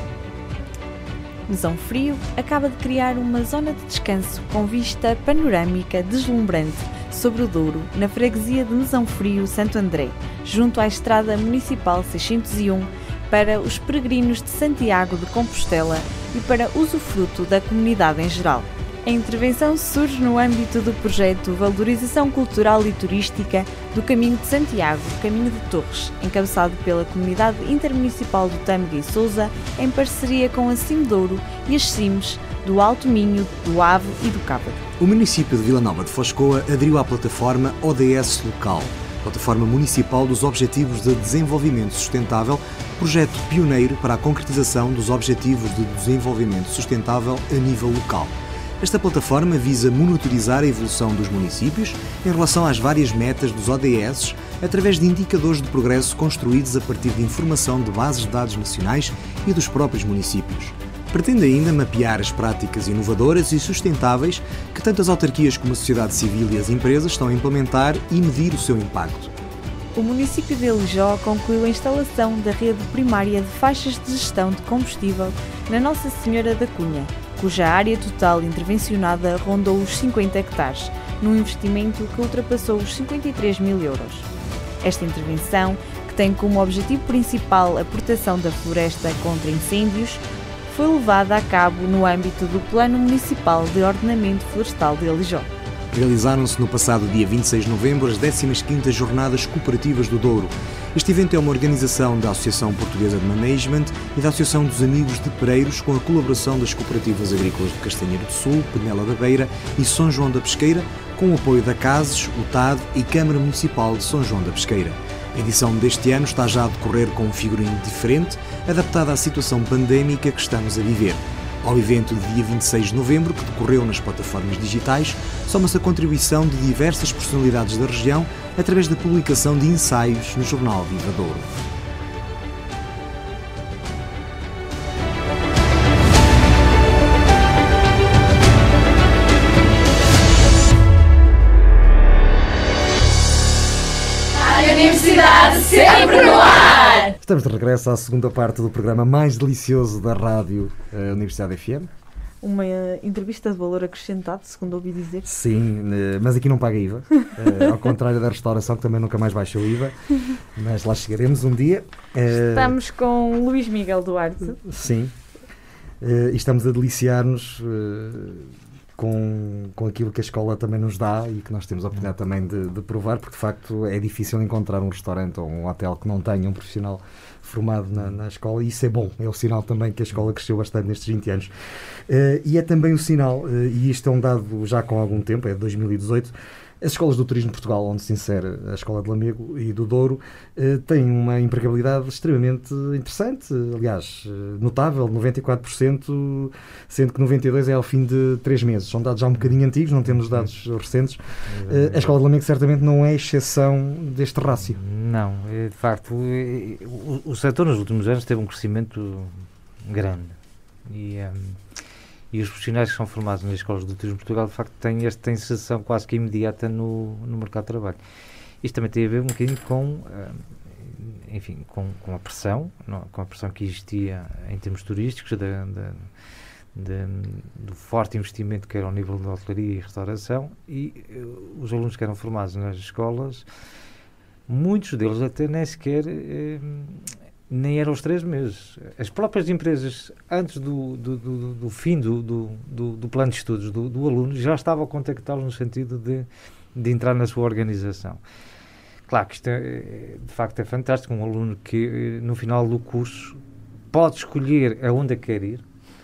Mesão Frio acaba de criar uma zona de descanso com vista panorâmica deslumbrante sobre o Douro, na freguesia de Mesão Frio, Santo André, junto à Estrada Municipal seiscentos e um, para os peregrinos de Santiago de Compostela e para usufruto da comunidade em geral. A intervenção surge no âmbito do projeto Valorização Cultural e Turística do Caminho de Santiago, Caminho de Torres, encabeçado pela Comunidade Intermunicipal do Tâmega e Sousa, em parceria com a Cimedouro e as Cimes do Alto Minho, do Ave e do Cábado. O município de Vila Nova de Foscoa aderiu à plataforma O D S Local, Plataforma Municipal dos Objetivos de Desenvolvimento Sustentável, projeto pioneiro para a concretização dos Objetivos de Desenvolvimento Sustentável a nível local. Esta plataforma visa monitorizar a evolução dos municípios em relação às várias metas dos O D S através de indicadores de progresso construídos a partir de informação de bases de dados nacionais e dos próprios municípios. Pretende ainda mapear as práticas inovadoras e sustentáveis que tanto as autarquias como a sociedade civil e as empresas estão a implementar e medir o seu impacto. O município de Alijó concluiu a instalação da rede primária de faixas de gestão de combustível na Nossa Senhora da Cunha, cuja área total intervencionada rondou os cinquenta hectares, num investimento que ultrapassou os cinquenta e três mil euros. Esta intervenção, que tem como objetivo principal a proteção da floresta contra incêndios, foi levada a cabo no âmbito do Plano Municipal de Ordenamento Florestal de Alijó. Realizaram-se no passado dia vinte e seis de novembro as décimas quintas Jornadas Cooperativas do Douro. Este evento é uma organização da Associação Portuguesa de Management e da Associação dos Amigos de Pereiros, com a colaboração das Cooperativas Agrícolas de Castanheiro do Sul, Penela da Beira e São João da Pesqueira, com o apoio da CASES, o T A D e Câmara Municipal de São João da Pesqueira. A edição deste ano está já a decorrer com um figurino diferente, adaptado à situação pandémica que estamos a viver. Ao evento de dia vinte e seis de novembro, que decorreu nas plataformas digitais, soma-se a contribuição de diversas personalidades da região através da publicação de ensaios no jornal Viva Douro. Universidade sempre no ar! Estamos de regresso à segunda parte do programa mais delicioso da rádio uh, Universidade F M. Uma uh, entrevista de valor acrescentado, segundo ouvi dizer. Sim, uh, mas aqui não paga I V A, uh, ao contrário da restauração, que também nunca mais baixa o I V A, mas lá chegaremos um dia. Uh, Estamos com Luís Miguel Duarte. Sim, uh, e estamos a deliciar-nos uh, com, com aquilo que a escola também nos dá e que nós temos a oportunidade também de, de provar, porque de facto é difícil encontrar um restaurante ou um hotel que não tenha um profissional formado na, na escola, e isso é bom, é o sinal também que a escola cresceu bastante nestes vinte anos. Uh, e é também o sinal, uh, e isto é um dado já com algum tempo, é de dois mil e dezoito, as escolas do Turismo de Portugal, onde se insere a Escola de Lamego e do Douro, uh, têm uma empregabilidade extremamente interessante, aliás, uh, notável, noventa e quatro por cento, sendo que noventa e dois por cento é ao fim de três meses. São dados já um bocadinho antigos, não temos dados recentes. Uh, a Escola de Lamego certamente não é exceção deste rácio. Não, é, de facto, o, o setor nos últimos anos teve um crescimento grande e, um, e os profissionais que são formados nas escolas do Turismo de Portugal, de facto, têm esta inserção quase que imediata no, no mercado de trabalho. Isto também tem a ver um bocadinho com, um, enfim, com, com a pressão, não, com a pressão que existia em termos turísticos, da, da, da, do forte investimento que era ao nível da hotelaria e restauração, e uh, os alunos que eram formados nas escolas, muitos deles até nem sequer eh, nem eram os três meses. As próprias empresas, antes do, do, do, do fim do, do, do, do plano de estudos do, do aluno, já estavam a contactá-los no sentido de, de entrar na sua organização. Claro que isto é, de facto é fantástico, um aluno que no final do curso pode escolher aonde quer ir,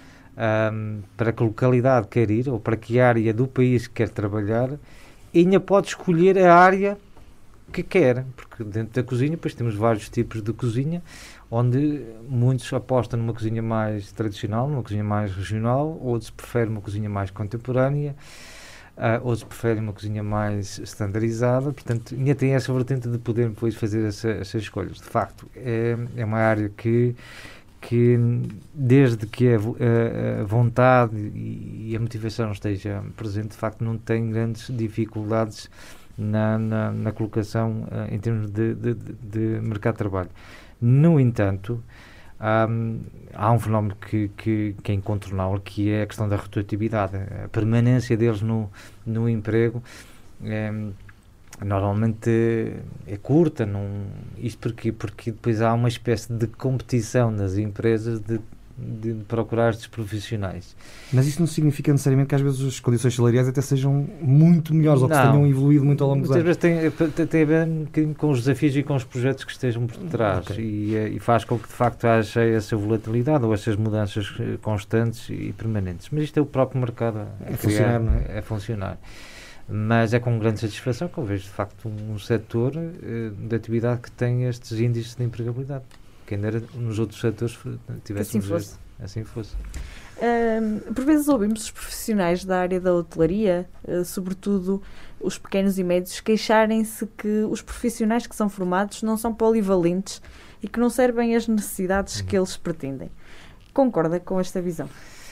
um, para que localidade quer ir, ou para que área do país quer trabalhar, e ainda pode escolher a área que quer, porque dentro da cozinha depois temos vários tipos de cozinha, onde muitos apostam numa cozinha mais tradicional, numa cozinha mais regional, outros preferem uma cozinha mais contemporânea, uh, outros preferem uma cozinha mais standardizada, portanto ainda tem essa vertente de poder depois fazer essa, essas escolhas. De facto, é, é uma área que, que desde que a, a vontade e a motivação esteja presente, de facto não tem grandes dificuldades Na, na, na colocação uh, em termos de, de, de mercado de trabalho. No entanto, um, há um fenómeno que, que, que é incontornável, que é a questão da rotatividade, a permanência deles no, no emprego é, normalmente é curta. Não, isto porquê? Porque depois há uma espécie de competição nas empresas de de procurar estes profissionais. Mas isso não significa necessariamente que às vezes as condições salariais até sejam muito melhores, não, ou que tenham evoluído muito ao longo dos anos. Muitas vezes tem, tem a ver um bocadinho com os desafios e com os projetos que estejam por trás, okay. e, e faz com que de facto haja essa volatilidade ou essas mudanças constantes e permanentes. Mas isto é o próprio mercado a, a funcionar, não é? a funcionar. Mas é com grande satisfação que eu vejo de facto um, um setor uh, de atividade que tem estes índices de empregabilidade. Quem dera nos outros setores tivéssemos assim fosse. Assim fosse. Um, por vezes ouvimos os profissionais da área da hotelaria, uh, sobretudo os pequenos e médios, queixarem-se que os profissionais que são formados não são polivalentes e que não servem às necessidades uhum. que eles pretendem. Concorda com esta visão?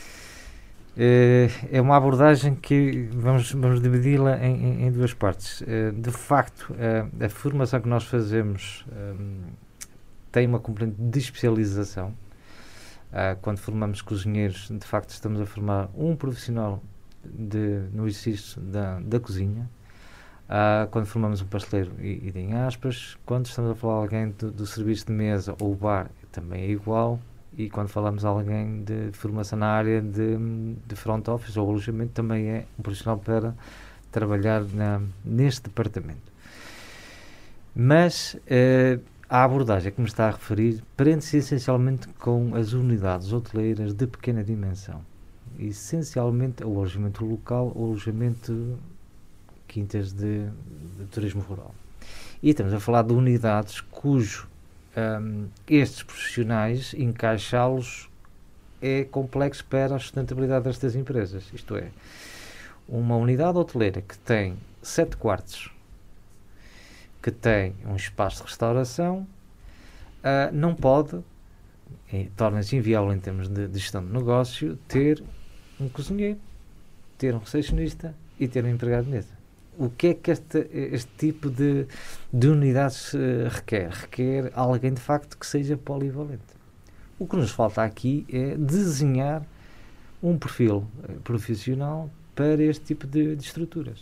É, é uma abordagem que vamos, vamos dividi-la em, em, em duas partes. Uh, de facto, uh, a formação que nós fazemos um, tem uma componente de especialização. Uh, quando formamos cozinheiros, de facto estamos a formar um profissional de, no exercício da, da cozinha. Uh, quando formamos um pasteleiro, e, e em aspas, quando estamos a falar de alguém do, do serviço de mesa ou bar, também é igual. E quando falamos de alguém de formação na área de, de front office ou alojamento, também é um profissional para trabalhar na, neste departamento. Mas uh, a abordagem que me está a referir prende-se essencialmente com as unidades hoteleiras de pequena dimensão, essencialmente o alojamento local ou alojamento quintas de, de turismo rural. E estamos a falar de unidades cujo um, estes profissionais, encaixá-los é complexo para a sustentabilidade destas empresas. Isto é, uma unidade hoteleira que tem sete quartos, que tem um espaço de restauração, uh, não pode, torna-se inviável em termos de, de gestão de negócio, ter um cozinheiro, ter um recepcionista e ter um empregado de mesa. O que é que este, este tipo de, de unidades uh, requer? Requer alguém, de facto, que seja polivalente. O que nos falta aqui é desenhar um perfil uh, profissional para este tipo de, de estruturas.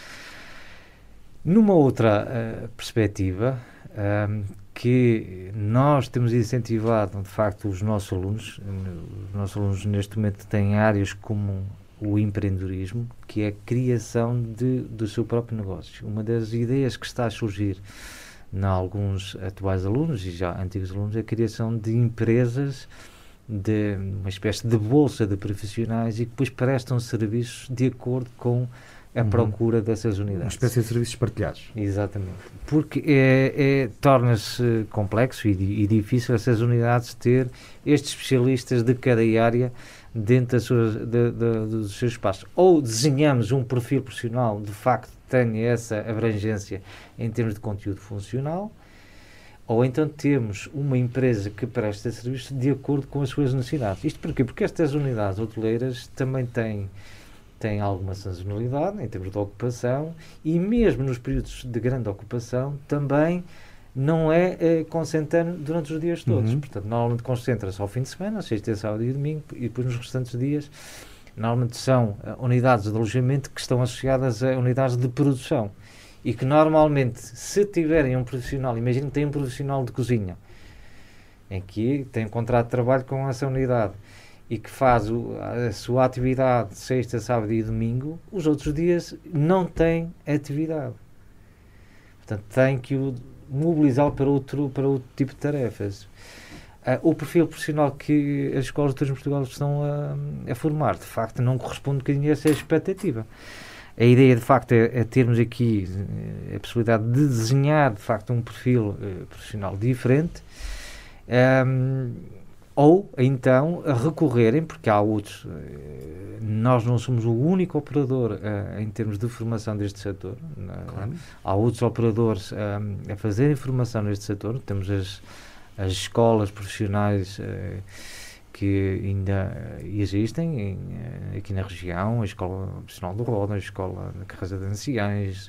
Numa outra uh, perspectiva, um, que nós temos incentivado, de facto, os nossos alunos, os nossos alunos neste momento têm áreas como o empreendedorismo, que é a criação de, do seu próprio negócio. Uma das ideias que está a surgir em alguns atuais alunos e já antigos alunos é a criação de empresas, de uma espécie de bolsa de profissionais e que depois prestam serviços de acordo com a uhum. procura dessas unidades. Uma espécie de serviços partilhados. Exatamente. Porque é, é, torna-se complexo e, e difícil essas unidades ter estes especialistas de cada área dentro das suas, de, de, dos seus espaços. Ou desenhamos um perfil profissional de facto que tenha essa abrangência em termos de conteúdo funcional, ou então temos uma empresa que presta serviços de acordo com as suas necessidades. Isto porquê? Porque estas unidades hoteleiras também têm tem alguma sazonalidade em termos de ocupação e mesmo nos períodos de grande ocupação também não é, é concentrando durante os dias todos. Uhum. Portanto, normalmente concentra-se ao fim de semana, sexta, sábado e domingo, e depois nos restantes dias normalmente são uh, unidades de alojamento que estão associadas a unidades de produção e que normalmente, se tiverem um profissional, imagino que tem um profissional de cozinha em que tem um contrato de trabalho com essa unidade e que faz o, a sua atividade sexta, sábado e domingo, os outros dias não tem atividade. Portanto, tem que o mobilizá-lo para outro, para outro tipo de tarefas. Uh, o perfil profissional que as escolas de turismo de Portugal estão a, a formar, de facto, não corresponde um bocadinho a essa expectativa. A ideia, de facto, é, é termos aqui a possibilidade de desenhar, de facto, um perfil uh, profissional diferente, um, ou, então, a recorrerem, porque há outros, uh, nós não somos o único operador uh, em termos de formação deste setor, uh, claro. Há outros operadores um, a fazerem formação neste setor, temos as, as escolas profissionais uh, que ainda existem em, aqui na região, a Escola Profissional do Roda, a Escola da Carreira de Anciães,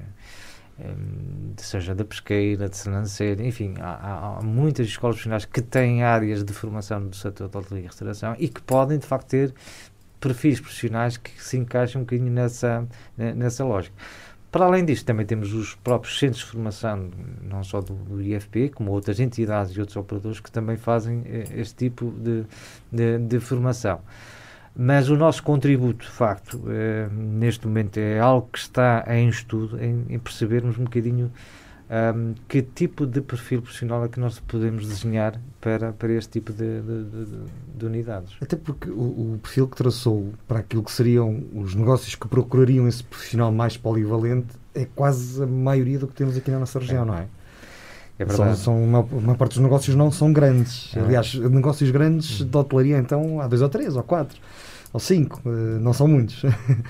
seja da Pesqueira, de Sernancelho, enfim, há, há muitas escolas profissionais que têm áreas de formação do setor de hotelaria e restauração e que podem, de facto, ter perfis profissionais que se encaixam um bocadinho nessa, nessa lógica. Para além disto, também temos os próprios centros de formação, não só do, do I F P, como outras entidades e outros operadores que também fazem eh, este tipo de, de, de formação. Mas o nosso contributo, de facto, eh, neste momento é algo que está em estudo, em, em percebermos um bocadinho um, que tipo de perfil profissional é que nós podemos desenhar para, para este tipo de, de, de, de unidades. Até porque o, o perfil que traçou para aquilo que seriam os negócios que procurariam esse profissional mais polivalente é quase a maioria do que temos aqui na nossa região, é. Não é? É verdade. São, são uma, uma parte dos negócios não são grandes. É. Aliás, negócios grandes de hotelaria, então, há dois ou três, ou quatro, ou cinco, não são muitos.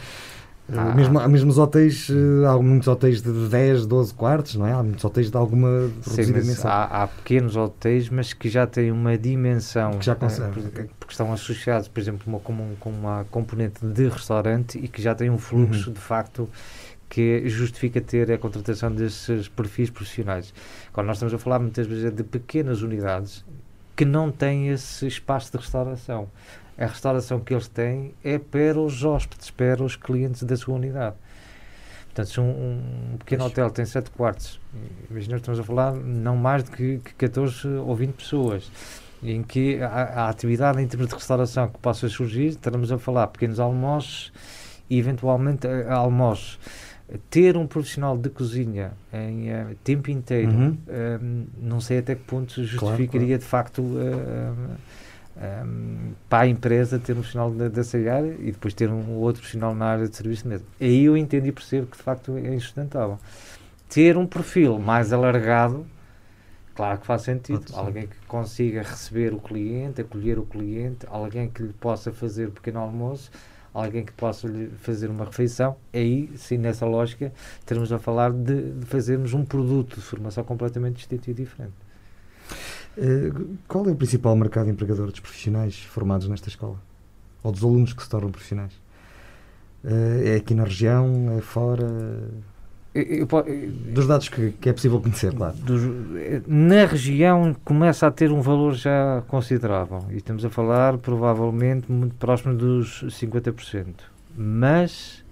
Ah. Mesmo, há mesmo hotéis, há muitos hotéis de dez, doze quartos, não é? Há muitos hotéis de alguma reduzida dimensão. Há, há pequenos hotéis, mas que já têm uma dimensão, que já conseguem, uh, porque, porque estão associados, por exemplo, uma, com, com uma componente de restaurante e que já têm um fluxo, uhum. de facto, que justifica ter a contratação desses perfis profissionais. Agora, nós estamos a falar muitas vezes de pequenas unidades que não têm esse espaço de restauração. A restauração que eles têm é para os hóspedes, para os clientes da sua unidade. Portanto, se um, um pequeno hotel tem sete quartos, imagina, estamos a falar não mais do que, que catorze ou vinte pessoas, em que a, a atividade em termos de restauração que possa surgir, estaremos a falar pequenos almoços e, eventualmente, a, a almoços. Ter um profissional de cozinha em uh, tempo inteiro, uhum. um, não sei até que ponto justificaria, claro, claro. de facto... Uh, Um, para a empresa ter um profissional dessa área e depois ter um outro profissional na área de serviço mesmo. Aí eu entendo e percebo que de facto é insustentável. Ter um perfil mais alargado, claro que faz sentido. Pode alguém que consiga receber o cliente, acolher o cliente, alguém que lhe possa fazer um pequeno almoço, alguém que possa lhe fazer uma refeição. Aí, sim, nessa lógica, teremos a falar de, de fazermos um produto de formação completamente distinto e diferente. Uh, qual é o principal mercado empregador dos profissionais formados nesta escola? Ou dos alunos que se tornam profissionais? Uh, é aqui na região? É fora? Eu, eu, eu, dos dados que, que é possível conhecer, claro. Dos, na região começa a ter um valor já considerável. E estamos a falar, provavelmente, muito próximo dos cinquenta por cento. Mas...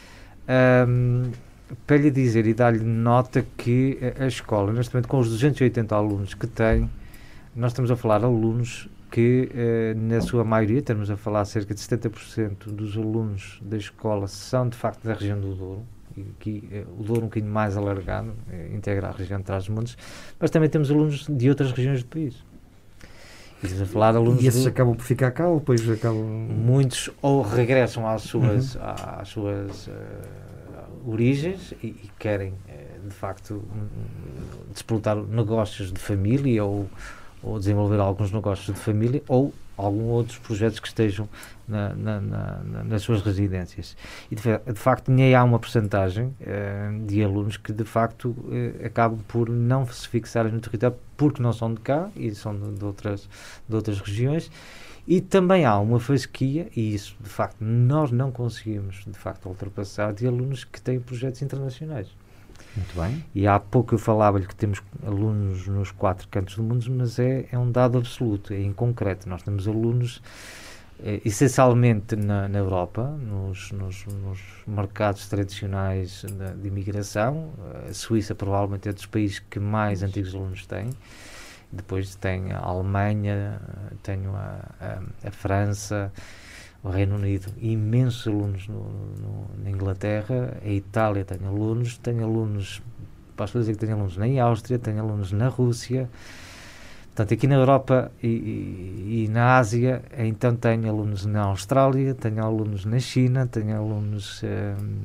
Um, para lhe dizer e dar-lhe nota que a escola, neste momento, com os duzentos e oitenta alunos que tem, nós estamos a falar de alunos que, eh, na sua maioria, estamos a falar cerca de setenta por cento dos alunos da escola são, de facto, da região do Douro, e aqui eh, o Douro um bocadinho mais alargado, eh, integra a região de Trás-os-Montes, mas também temos alunos de outras regiões do país. E, estamos a falar de alunos e esses do... acabam por ficar cá ou depois acabam... Muitos ou regressam às suas... Uhum. às suas uh, origens e, e querem, de facto, disputar negócios de família ou, ou desenvolver alguns negócios de família ou alguns outros projetos que estejam na, na, na, nas suas residências. E, de, de facto, nem há uma percentagem uh, de alunos que, de facto, uh, acabam por não se fixarem no território porque não são de cá e são de, de, outras, de outras regiões. E também há uma fasquia, e isso, de facto, nós não conseguimos, de facto, ultrapassar, de alunos que têm projetos internacionais. Muito bem. E há pouco eu falava-lhe que temos alunos nos quatro cantos do mundo, mas é, é um dado absoluto, é em concreto. Nós temos alunos, eh, essencialmente na, na Europa, nos, nos, nos mercados tradicionais de, de imigração. A Suíça, provavelmente, é dos países que mais antigos alunos têm. Depois tem a Alemanha, tenho a, a, a França, o Reino Unido, imensos alunos no, no, na Inglaterra, a Itália tem alunos, tenho alunos, posso dizer que tenho alunos na Áustria, tenho alunos na Rússia, portanto aqui na Europa e, e, e na Ásia, então tenho alunos na Austrália, tenho alunos na China, tenho alunos... Um,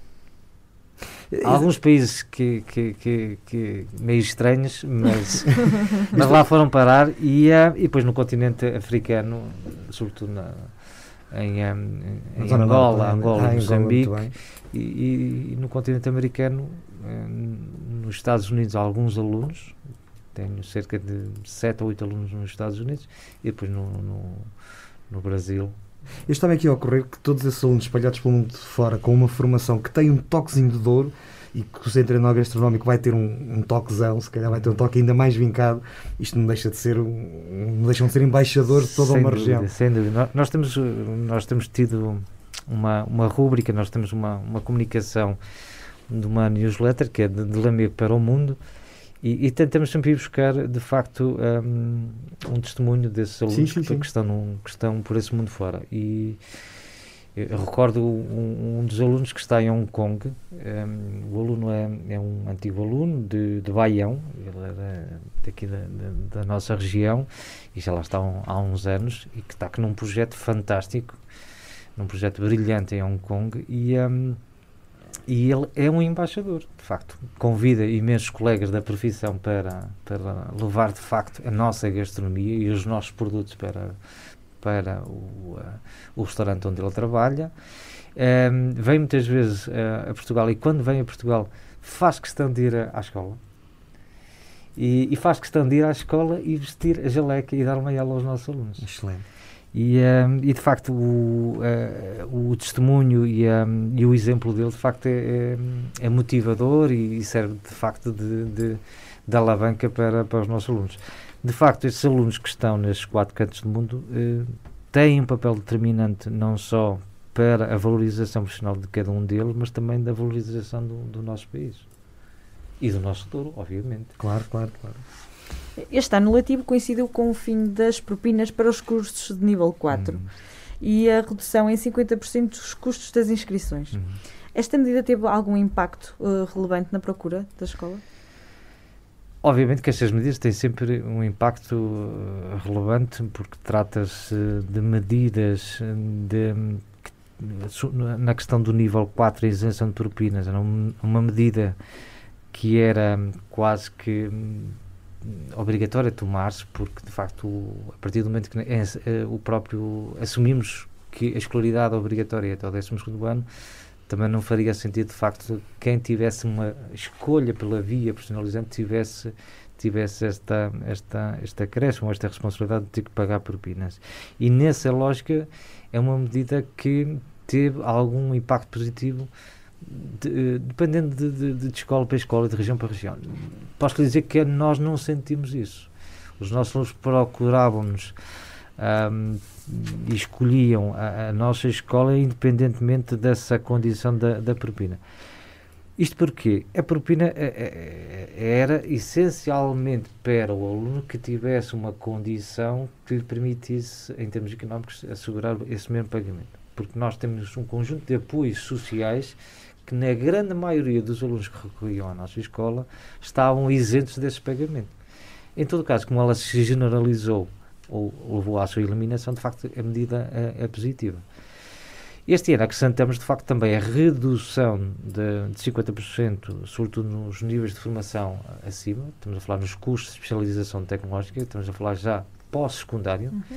há alguns países que, que, que, que meio estranhos, mas, mas lá foram parar e, uh, e depois no continente africano, sobretudo na, em, um, em Angola, Angola, Angola ah, Moçambique e, e, e no continente americano, um, nos Estados Unidos há alguns alunos, tenho cerca de sete ou oito alunos nos Estados Unidos e depois no, no, no Brasil. Eu estava aqui a ocorrer que todos esses alunos espalhados pelo mundo de fora, com uma formação que tem um toquezinho de Douro e que o Centro Etnogastronómico vai ter um, um toquezão, se calhar vai ter um toque ainda mais vincado, isto não deixa de ser, um, não deixam de ser embaixadores de toda sem uma dúvida, região. Sem dúvida. Nós, nós, temos, nós temos tido uma, uma rúbrica, nós temos uma, uma comunicação de uma newsletter que é de, de Lamego para o Mundo. E, e tentamos sempre ir buscar, de facto, um, um testemunho desses alunos sim, sim, sim. Que, estão num, que estão por esse mundo fora. E eu recordo um, um dos alunos que está em Hong Kong. Um, o aluno é, é um antigo aluno de, de Baião, ele era daqui da, da, da nossa região, e já lá está um, há uns anos, e que está aqui num projeto fantástico, num projeto brilhante em Hong Kong, e... Um, E ele é um embaixador, de facto. Convida imensos colegas da profissão para, para levar, de facto, a nossa gastronomia e os nossos produtos para, para o, uh, o restaurante onde ele trabalha. Um, vem muitas vezes uh, a Portugal e, quando vem a Portugal, faz questão de ir a, à escola. E, e faz questão de ir à escola e vestir a jaleca e dar uma aula aos nossos alunos. Excelente. E, um, e de facto o, uh, o testemunho e, um, e o exemplo dele de facto é, é, é motivador e serve de facto de, de, de alavanca para, para os nossos alunos. De facto, estes alunos que estão nestes quatro cantos do mundo uh, têm um papel determinante não só para a valorização profissional de cada um deles, mas também da valorização do, do nosso país e do nosso Douro, obviamente. Claro, claro, claro. Este ano letivo coincidiu com o fim das propinas para os cursos de nível quatro hum. e a redução em cinquenta por cento dos custos das inscrições. Hum. Esta medida teve algum impacto uh, relevante na procura da escola? Obviamente que estas medidas têm sempre um impacto uh, relevante, porque trata-se de medidas de, de, na questão do nível quatro, a isenção de propinas. Era um, uma medida que era quase que obrigatório a tomar-se, porque de facto a partir do momento que é, é, o próprio assumimos que a escolaridade obrigatória até o décimo segundo ano, também não faria sentido de facto quem tivesse uma escolha pela via profissionalizante tivesse, tivesse esta, esta, esta acréscimo, esta responsabilidade de ter que pagar propinas. E nessa lógica é uma medida que teve algum impacto positivo De, dependendo de, de, de escola para escola, de região para região. Posso dizer que nós não sentimos isso. Os nossos alunos procuravam-nos um, e escolhiam a, a nossa escola independentemente dessa condição da, da propina. Isto porque a propina era essencialmente para o aluno que tivesse uma condição que lhe permitisse, em termos económicos, assegurar esse mesmo pagamento. Porque nós temos um conjunto de apoios sociais que na grande maioria dos alunos que recorriam à nossa escola estavam isentos desse pagamento. Em todo caso, como ela se generalizou ou levou à sua eliminação, de facto a medida é, é positiva. Este ano acrescentamos de facto também a redução de, de cinquenta por cento, sobretudo nos níveis de formação acima. Estamos a falar nos cursos de especialização tecnológica, estamos a falar já pós-secundário. Uhum.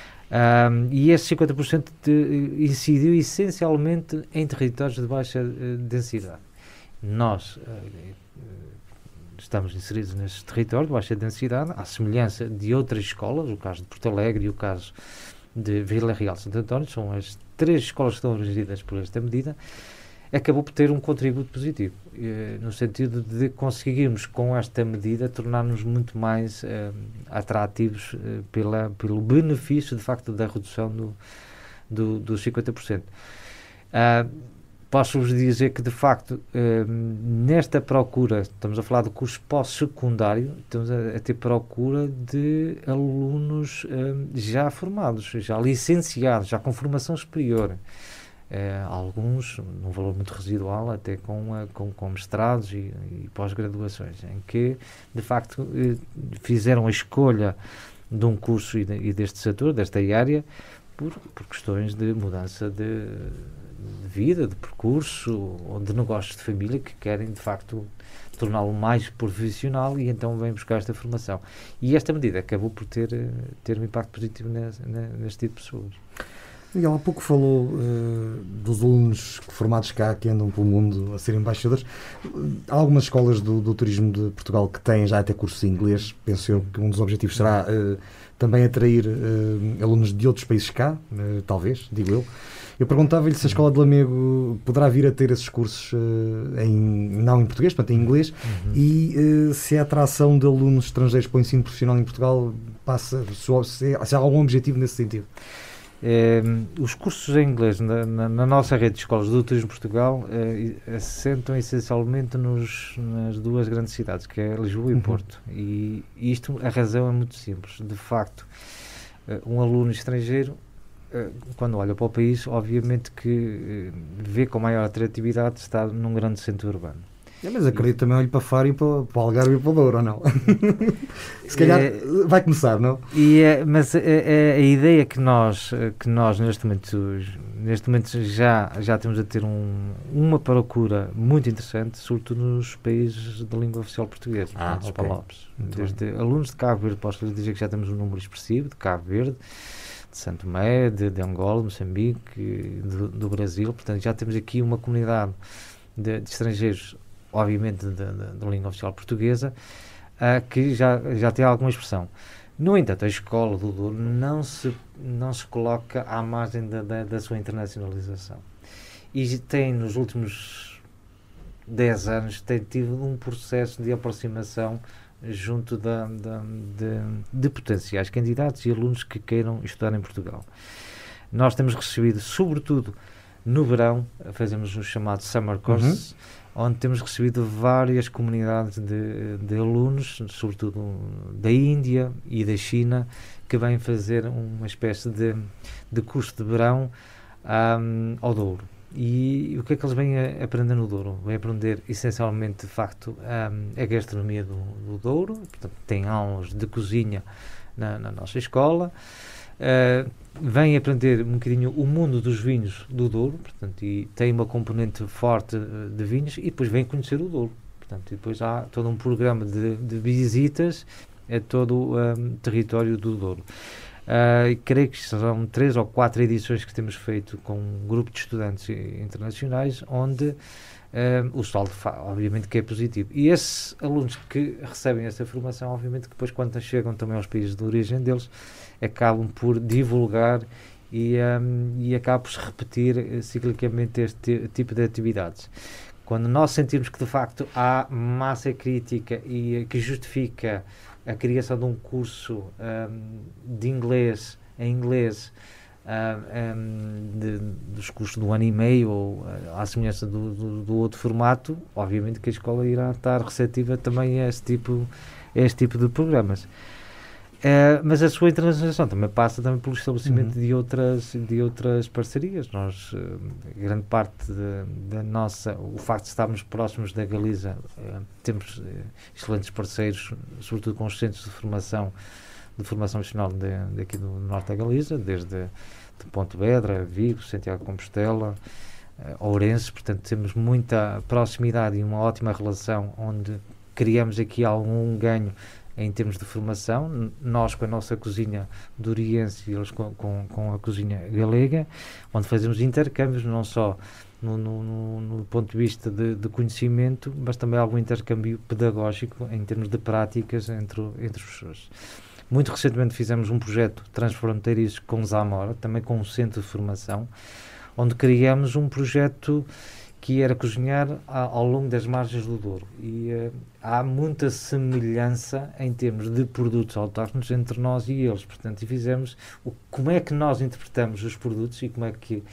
Um, e esse cinquenta por cento de, incidiu essencialmente em territórios de baixa uh, densidade. Nós uh, estamos inseridos neste território de baixa densidade, à semelhança de outras escolas, o caso de Porto Alegre e o caso de Vila Real de Santo António, são as três escolas que estão regidas por esta medida, acabou por ter um contributo positivo, uh, no sentido de conseguirmos com esta medida tornar-nos muito mais uh, atrativos uh, pela, pelo benefício de facto da redução do, do, dos cinquenta por cento. Uh, posso-vos dizer que, de facto, eh, nesta procura, estamos a falar do curso pós-secundário, estamos a, a ter procura de alunos eh, já formados, já licenciados, já com formação superior. Eh, alguns, num valor muito residual, até com, uh, com, com mestrados e, e pós-graduações, em que, de facto, eh, fizeram a escolha de um curso e, de, e deste setor, desta área, por, por questões de mudança de, de vida, de percurso, ou de negócios de família, que querem, de facto, torná-lo mais profissional, e então vêm buscar esta formação. E esta medida acabou por ter, ter um impacto positivo nesse, neste tipo de pessoas. Miguel, há pouco falou uh, dos alunos formados cá que andam pelo mundo a serem embaixadores. Há algumas escolas do, do turismo de Portugal que têm já até cursos em inglês. Penso eu que um dos objetivos será uh, também atrair uh, alunos de outros países cá, uh, talvez, digo eu. Eu perguntava-lhe se a Escola de Lamego poderá vir a ter esses cursos uh, em, não em português, portanto em inglês, uhum. e uh, se a atração de alunos estrangeiros para o ensino profissional em Portugal passa, se, se há algum objetivo nesse sentido. Eh, os cursos em inglês na, na, na nossa rede de escolas do Turismo de Portugal eh, assentam essencialmente nos, nas duas grandes cidades, que é Lisboa e uhum. Porto. E isto, a razão é muito simples. De facto, eh, um aluno estrangeiro, eh, quando olha para o país, obviamente que eh, vê com maior atratividade estar num grande centro urbano. É, mas acredito também olho para Faro e para, para o Algarve e para o Douro, ou não? Se calhar é, vai começar, não? E é, mas a, a, a ideia que nós, que nós neste momento, neste momento já, já temos a ter um, uma procura muito interessante, sobretudo nos países da língua oficial portuguesa, ah, dos okay. Palopes. Desde bem. Alunos de Cabo Verde, posso lhe dizer que já temos um número expressivo, de Cabo Verde, de Santo Tomé, de, de Angola, Moçambique, do, do Brasil. Portanto, já temos aqui uma comunidade de, de estrangeiros, obviamente da língua oficial portuguesa, uh, que já, já tem alguma expressão. No entanto, a Escola do Douro não se, não se coloca à margem da, da, da sua internacionalização. E tem, nos últimos dez anos, tem tido um processo de aproximação junto da, da, de, de potenciais candidatos e alunos que queiram estudar em Portugal. Nós temos recebido, sobretudo no verão, fazemos o chamado Summer Courses, uhum. onde temos recebido várias comunidades de, de alunos, sobretudo da Índia e da China, que vêm fazer uma espécie de, de curso de verão um, ao Douro. E o que é que eles vêm a aprender no Douro? Vêm aprender, essencialmente, de facto, um, a gastronomia do, do Douro. Portanto, tem aulas de cozinha na, na nossa escola. Uh, vêm aprender um bocadinho o mundo dos vinhos do Douro, portanto, e tem uma componente forte uh, de vinhos, e depois vêm conhecer o Douro. Portanto, e depois há todo um programa de, de visitas a todo o um, território do Douro. Uh, creio que são três ou quatro edições que temos feito com um grupo de estudantes internacionais, onde uh, o saldo, obviamente, que é positivo. E esses alunos que recebem essa formação, obviamente, que depois, quando chegam também aos países de origem deles, acabam por divulgar e, um, e acabam por se repetir uh, ciclicamente este tipo de atividades. Quando nós sentimos que, de facto, há massa crítica e uh, que justifica a criação de um curso um, de inglês, em inglês, uh, um, de, dos cursos do ano e meio, ou uh, à semelhança do, do, do outro formato, obviamente que a escola irá estar receptiva também a este tipo, a este tipo de programas. Uh, mas a sua internacionalização também passa também pelo estabelecimento uhum. de, outras, de outras parcerias. Nós, uh, grande parte da nossa, o facto de estarmos próximos da Galiza, uh, temos uh, excelentes parceiros, sobretudo com os centros de formação, de formação profissional de, de aqui do norte da Galiza, desde de Pontevedra, Vigo, Santiago de Compostela, uh, Ourense. Portanto, temos muita proximidade e uma ótima relação, onde criamos aqui algum ganho em termos de formação, nós com a nossa cozinha doriense e eles com, com, com a cozinha galega, onde fazemos intercâmbios, não só no, no, no ponto de vista de, de conhecimento, mas também algum intercâmbio pedagógico em termos de práticas entre, entre os professores. Muito recentemente fizemos um projeto transfronteiriço com Zamora, também com um centro de formação, onde criamos um projeto que era cozinhar a, ao longo das margens do Douro. E uh, há muita semelhança em termos de produtos autóctonos entre nós e eles. Portanto, e fizemos o, como é que nós interpretamos os produtos e como é que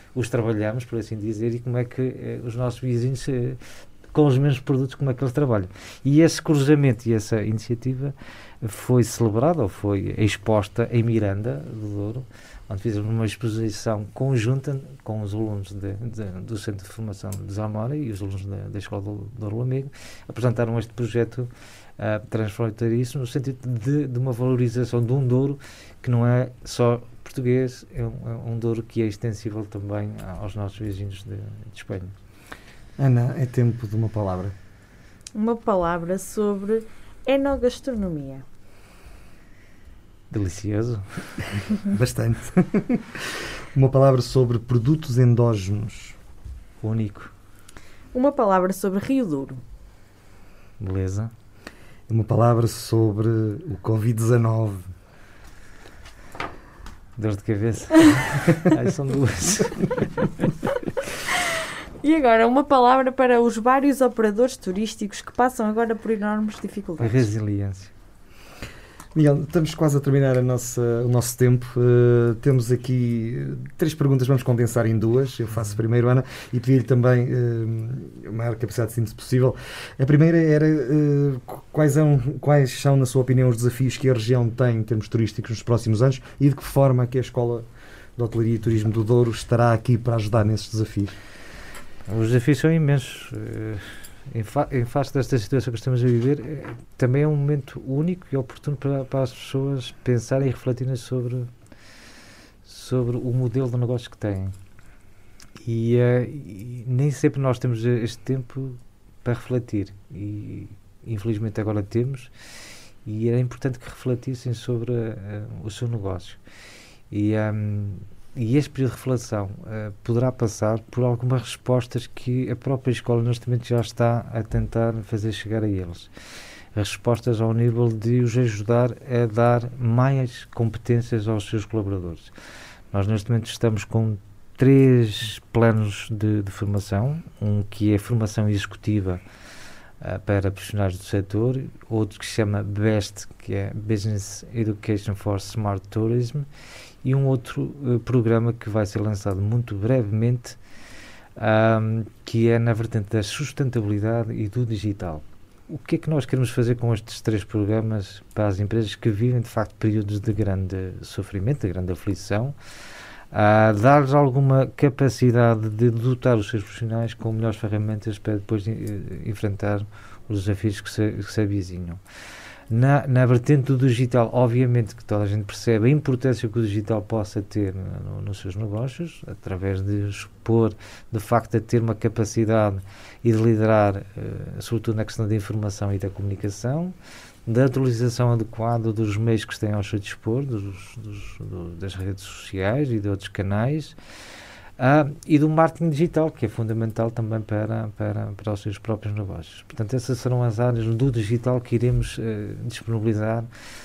os trabalhamos, por assim dizer, e como é que eh, os nossos vizinhos, eh, com os mesmos produtos, como é que eles trabalham. E esse cruzamento e essa iniciativa foi celebrada, ou foi exposta em Miranda do Douro, onde fizemos uma exposição conjunta com os alunos de, de, do Centro de Formação de Zamora e os alunos da, da Escola do Douro Lamego. Apresentaram este projeto uh, transfronteiriço no sentido de, de uma valorização de um Douro que não é só português, é um, é um Douro que é extensível também aos nossos vizinhos de, de Espanha. Ana, é tempo de uma palavra. Uma palavra sobre enogastronomia. Delicioso. Bastante. Uma palavra sobre produtos endógenos. Único. Uma palavra sobre Rio Douro. Beleza. Uma palavra sobre o covid dezanove. Dor de cabeça. Ai, são duas. E agora, uma palavra para os vários operadores turísticos que passam agora por enormes dificuldades. Resiliência. Miguel, estamos quase a terminar a nossa, o nosso tempo. Uh, temos aqui três perguntas, vamos condensar em duas. Eu faço primeiro, Ana, e pedir-lhe também uh, a maior capacidade de síntese possível. A primeira era uh, quais, são, quais são, na sua opinião, os desafios que a região tem em termos turísticos nos próximos anos e de que forma que a Escola de Hotelaria e Turismo do Douro estará aqui para ajudar nesses desafios? Os desafios são imensos. Em, fa em face desta situação que estamos a viver, é, também é um momento único e oportuno para, para as pessoas pensarem e refletirem sobre, sobre o modelo de negócio que têm. E, uh, e nem sempre nós temos este tempo para refletir. E infelizmente agora temos, e é importante que refletissem sobre uh, o seu negócio. E, um, E este período de reflexão uh, poderá passar por algumas respostas que a própria escola neste momento já está a tentar fazer chegar a eles. As respostas ao nível de os ajudar a dar mais competências aos seus colaboradores. Nós neste momento estamos com três planos de, de formação, um que é formação executiva uh, para profissionais do setor, outro que se chama BEST, que é Business Education for Smart Tourism, e um outro uh, programa que vai ser lançado muito brevemente, um, que é na vertente da sustentabilidade e do digital. O que é que nós queremos fazer com estes três programas para as empresas que vivem, de facto, períodos de grande sofrimento, de grande aflição, uh, dar-lhes alguma capacidade de dotar os seus profissionais com melhores ferramentas para depois uh, enfrentar os desafios que se, que se avizinham. Na, na vertente do digital, obviamente que toda a gente percebe a importância que o digital possa ter no, nos seus negócios, através de expor, de facto, a ter uma capacidade e de liderar, uh, sobretudo na questão da informação e da comunicação, da utilização adequada dos meios que têm ao seu dispor, dos, dos, do, das redes sociais e de outros canais, Uh, e do marketing digital, que é fundamental também para, para, para os seus próprios negócios. Portanto, essas serão as áreas do digital que iremos uh, disponibilizar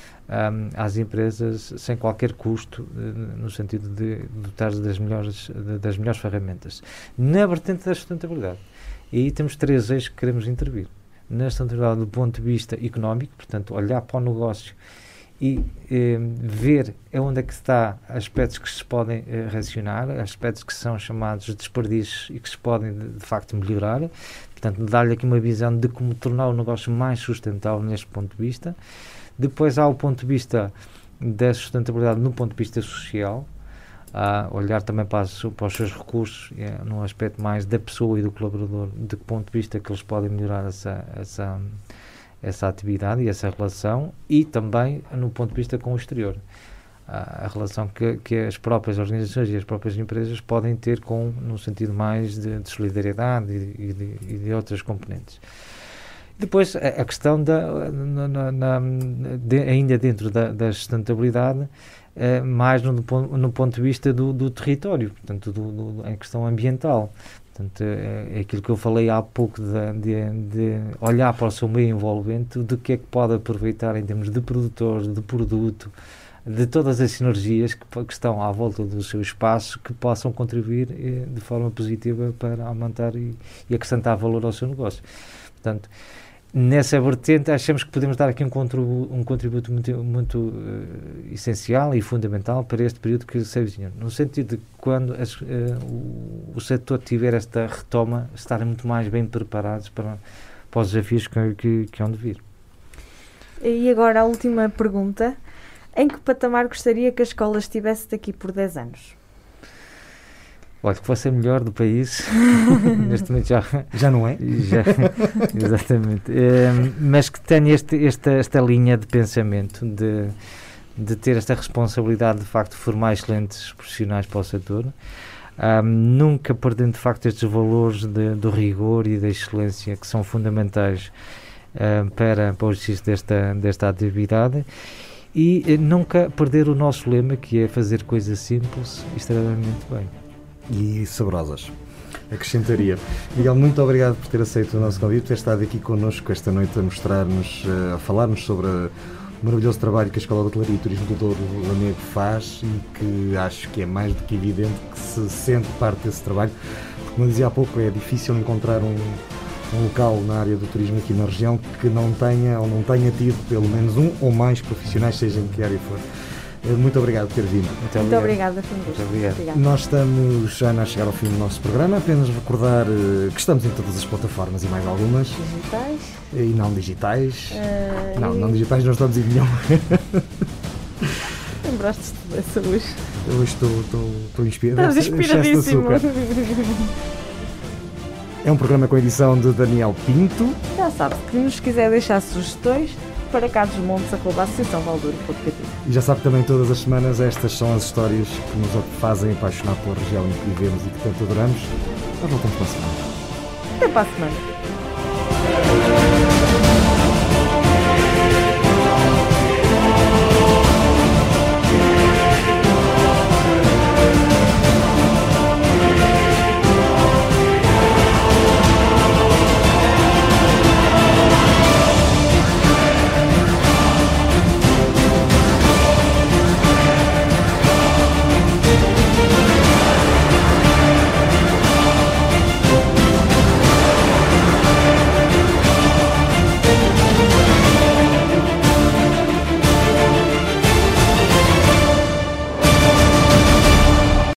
um, às empresas sem qualquer custo, uh, no sentido de dotar das melhores, de, das melhores ferramentas. Na vertente da sustentabilidade, e aí temos três eixos que queremos intervir. Na sustentabilidade do ponto de vista económico, portanto, olhar para o negócio e eh, ver onde é que está aspectos que se podem eh, racionar, aspectos que são chamados de desperdícios e que se podem de, de facto melhorar, portanto dar-lhe aqui uma visão de como tornar o negócio mais sustentável neste ponto de vista. Depois há o ponto de vista da sustentabilidade no ponto de vista social, a olhar também para, as, para os seus recursos, é, num aspecto mais da pessoa e do colaborador, de que ponto de vista que eles podem melhorar essa, essa essa atividade e essa relação, e também no ponto de vista com o exterior, a, a relação que, que as próprias organizações e as próprias empresas podem ter com, no sentido mais de, de solidariedade e, e, de, e de outras componentes. Depois a, a questão da, na, na, na, de, ainda dentro da, da sustentabilidade, eh, mais no, no ponto de vista do, do território, portanto do, do, em questão ambiental. Portanto, é aquilo que eu falei há pouco de, de, de olhar para o seu meio envolvente, de que é que pode aproveitar em termos de produtores, de produto, de todas as sinergias que, que estão à volta do seu espaço, que possam contribuir eh, de forma positiva para aumentar e, e acrescentar valor ao seu negócio. Portanto, nessa vertente, achamos que podemos dar aqui um contributo, um contributo muito, muito uh, essencial e fundamental para este período que se avizinha, no sentido de que quando as, uh, o, o setor tiver esta retoma, estarem muito mais bem preparados para, para os desafios que, que, que hão de vir. E agora a última pergunta. Em que patamar gostaria que a escola estivesse daqui por dez anos? Olha, que fosse a melhor do país. Neste momento já... Já não é? Já, exatamente. Um, mas que tenha este, esta, esta linha de pensamento, de, de ter esta responsabilidade de facto de formar excelentes profissionais para o setor. Um, nunca perdendo de facto estes valores de, do rigor e da excelência que são fundamentais um, para, para o exercício desta, desta atividade. E eh, nunca perder o nosso lema, que é fazer coisas simples e extremamente bem. E saborosas, acrescentaria. Miguel, muito obrigado por ter aceito o nosso convite, por ter estado aqui connosco esta noite a mostrar-nos, a falar-nos sobre o maravilhoso trabalho que a Escola de Hotelaria e Turismo do Douro Lamego faz e que acho que é mais do que evidente que se sente parte desse trabalho, porque, como eu dizia há pouco, é difícil encontrar um, um local na área do turismo aqui na região que não tenha ou não tenha tido pelo menos um ou mais profissionais, seja em que área for. Muito obrigado por ter vindo. Muito, Muito obrigada, foi um gosto. Muito obrigado. Obrigada. Nós estamos já a chegar ao fim do nosso programa. Apenas recordar que estamos em todas as plataformas e mais algumas. Digitais. E não digitais. Uh, não, e... não digitais não estamos em nenhum. Lembraste-te dessa hoje? Eu hoje estou, estou, estou inspirado. Estás inspiradíssimo. É um programa com a edição de Daniel Pinto. Já sabe, que nos quiser deixar sugestões, para carlosmontes arroba associação valdouro ponto pt. E já sabe também, todas as semanas, estas são as histórias que nos fazem apaixonar pela região em que vivemos e que tanto adoramos. Nós voltamos para a semana. Até para a semana.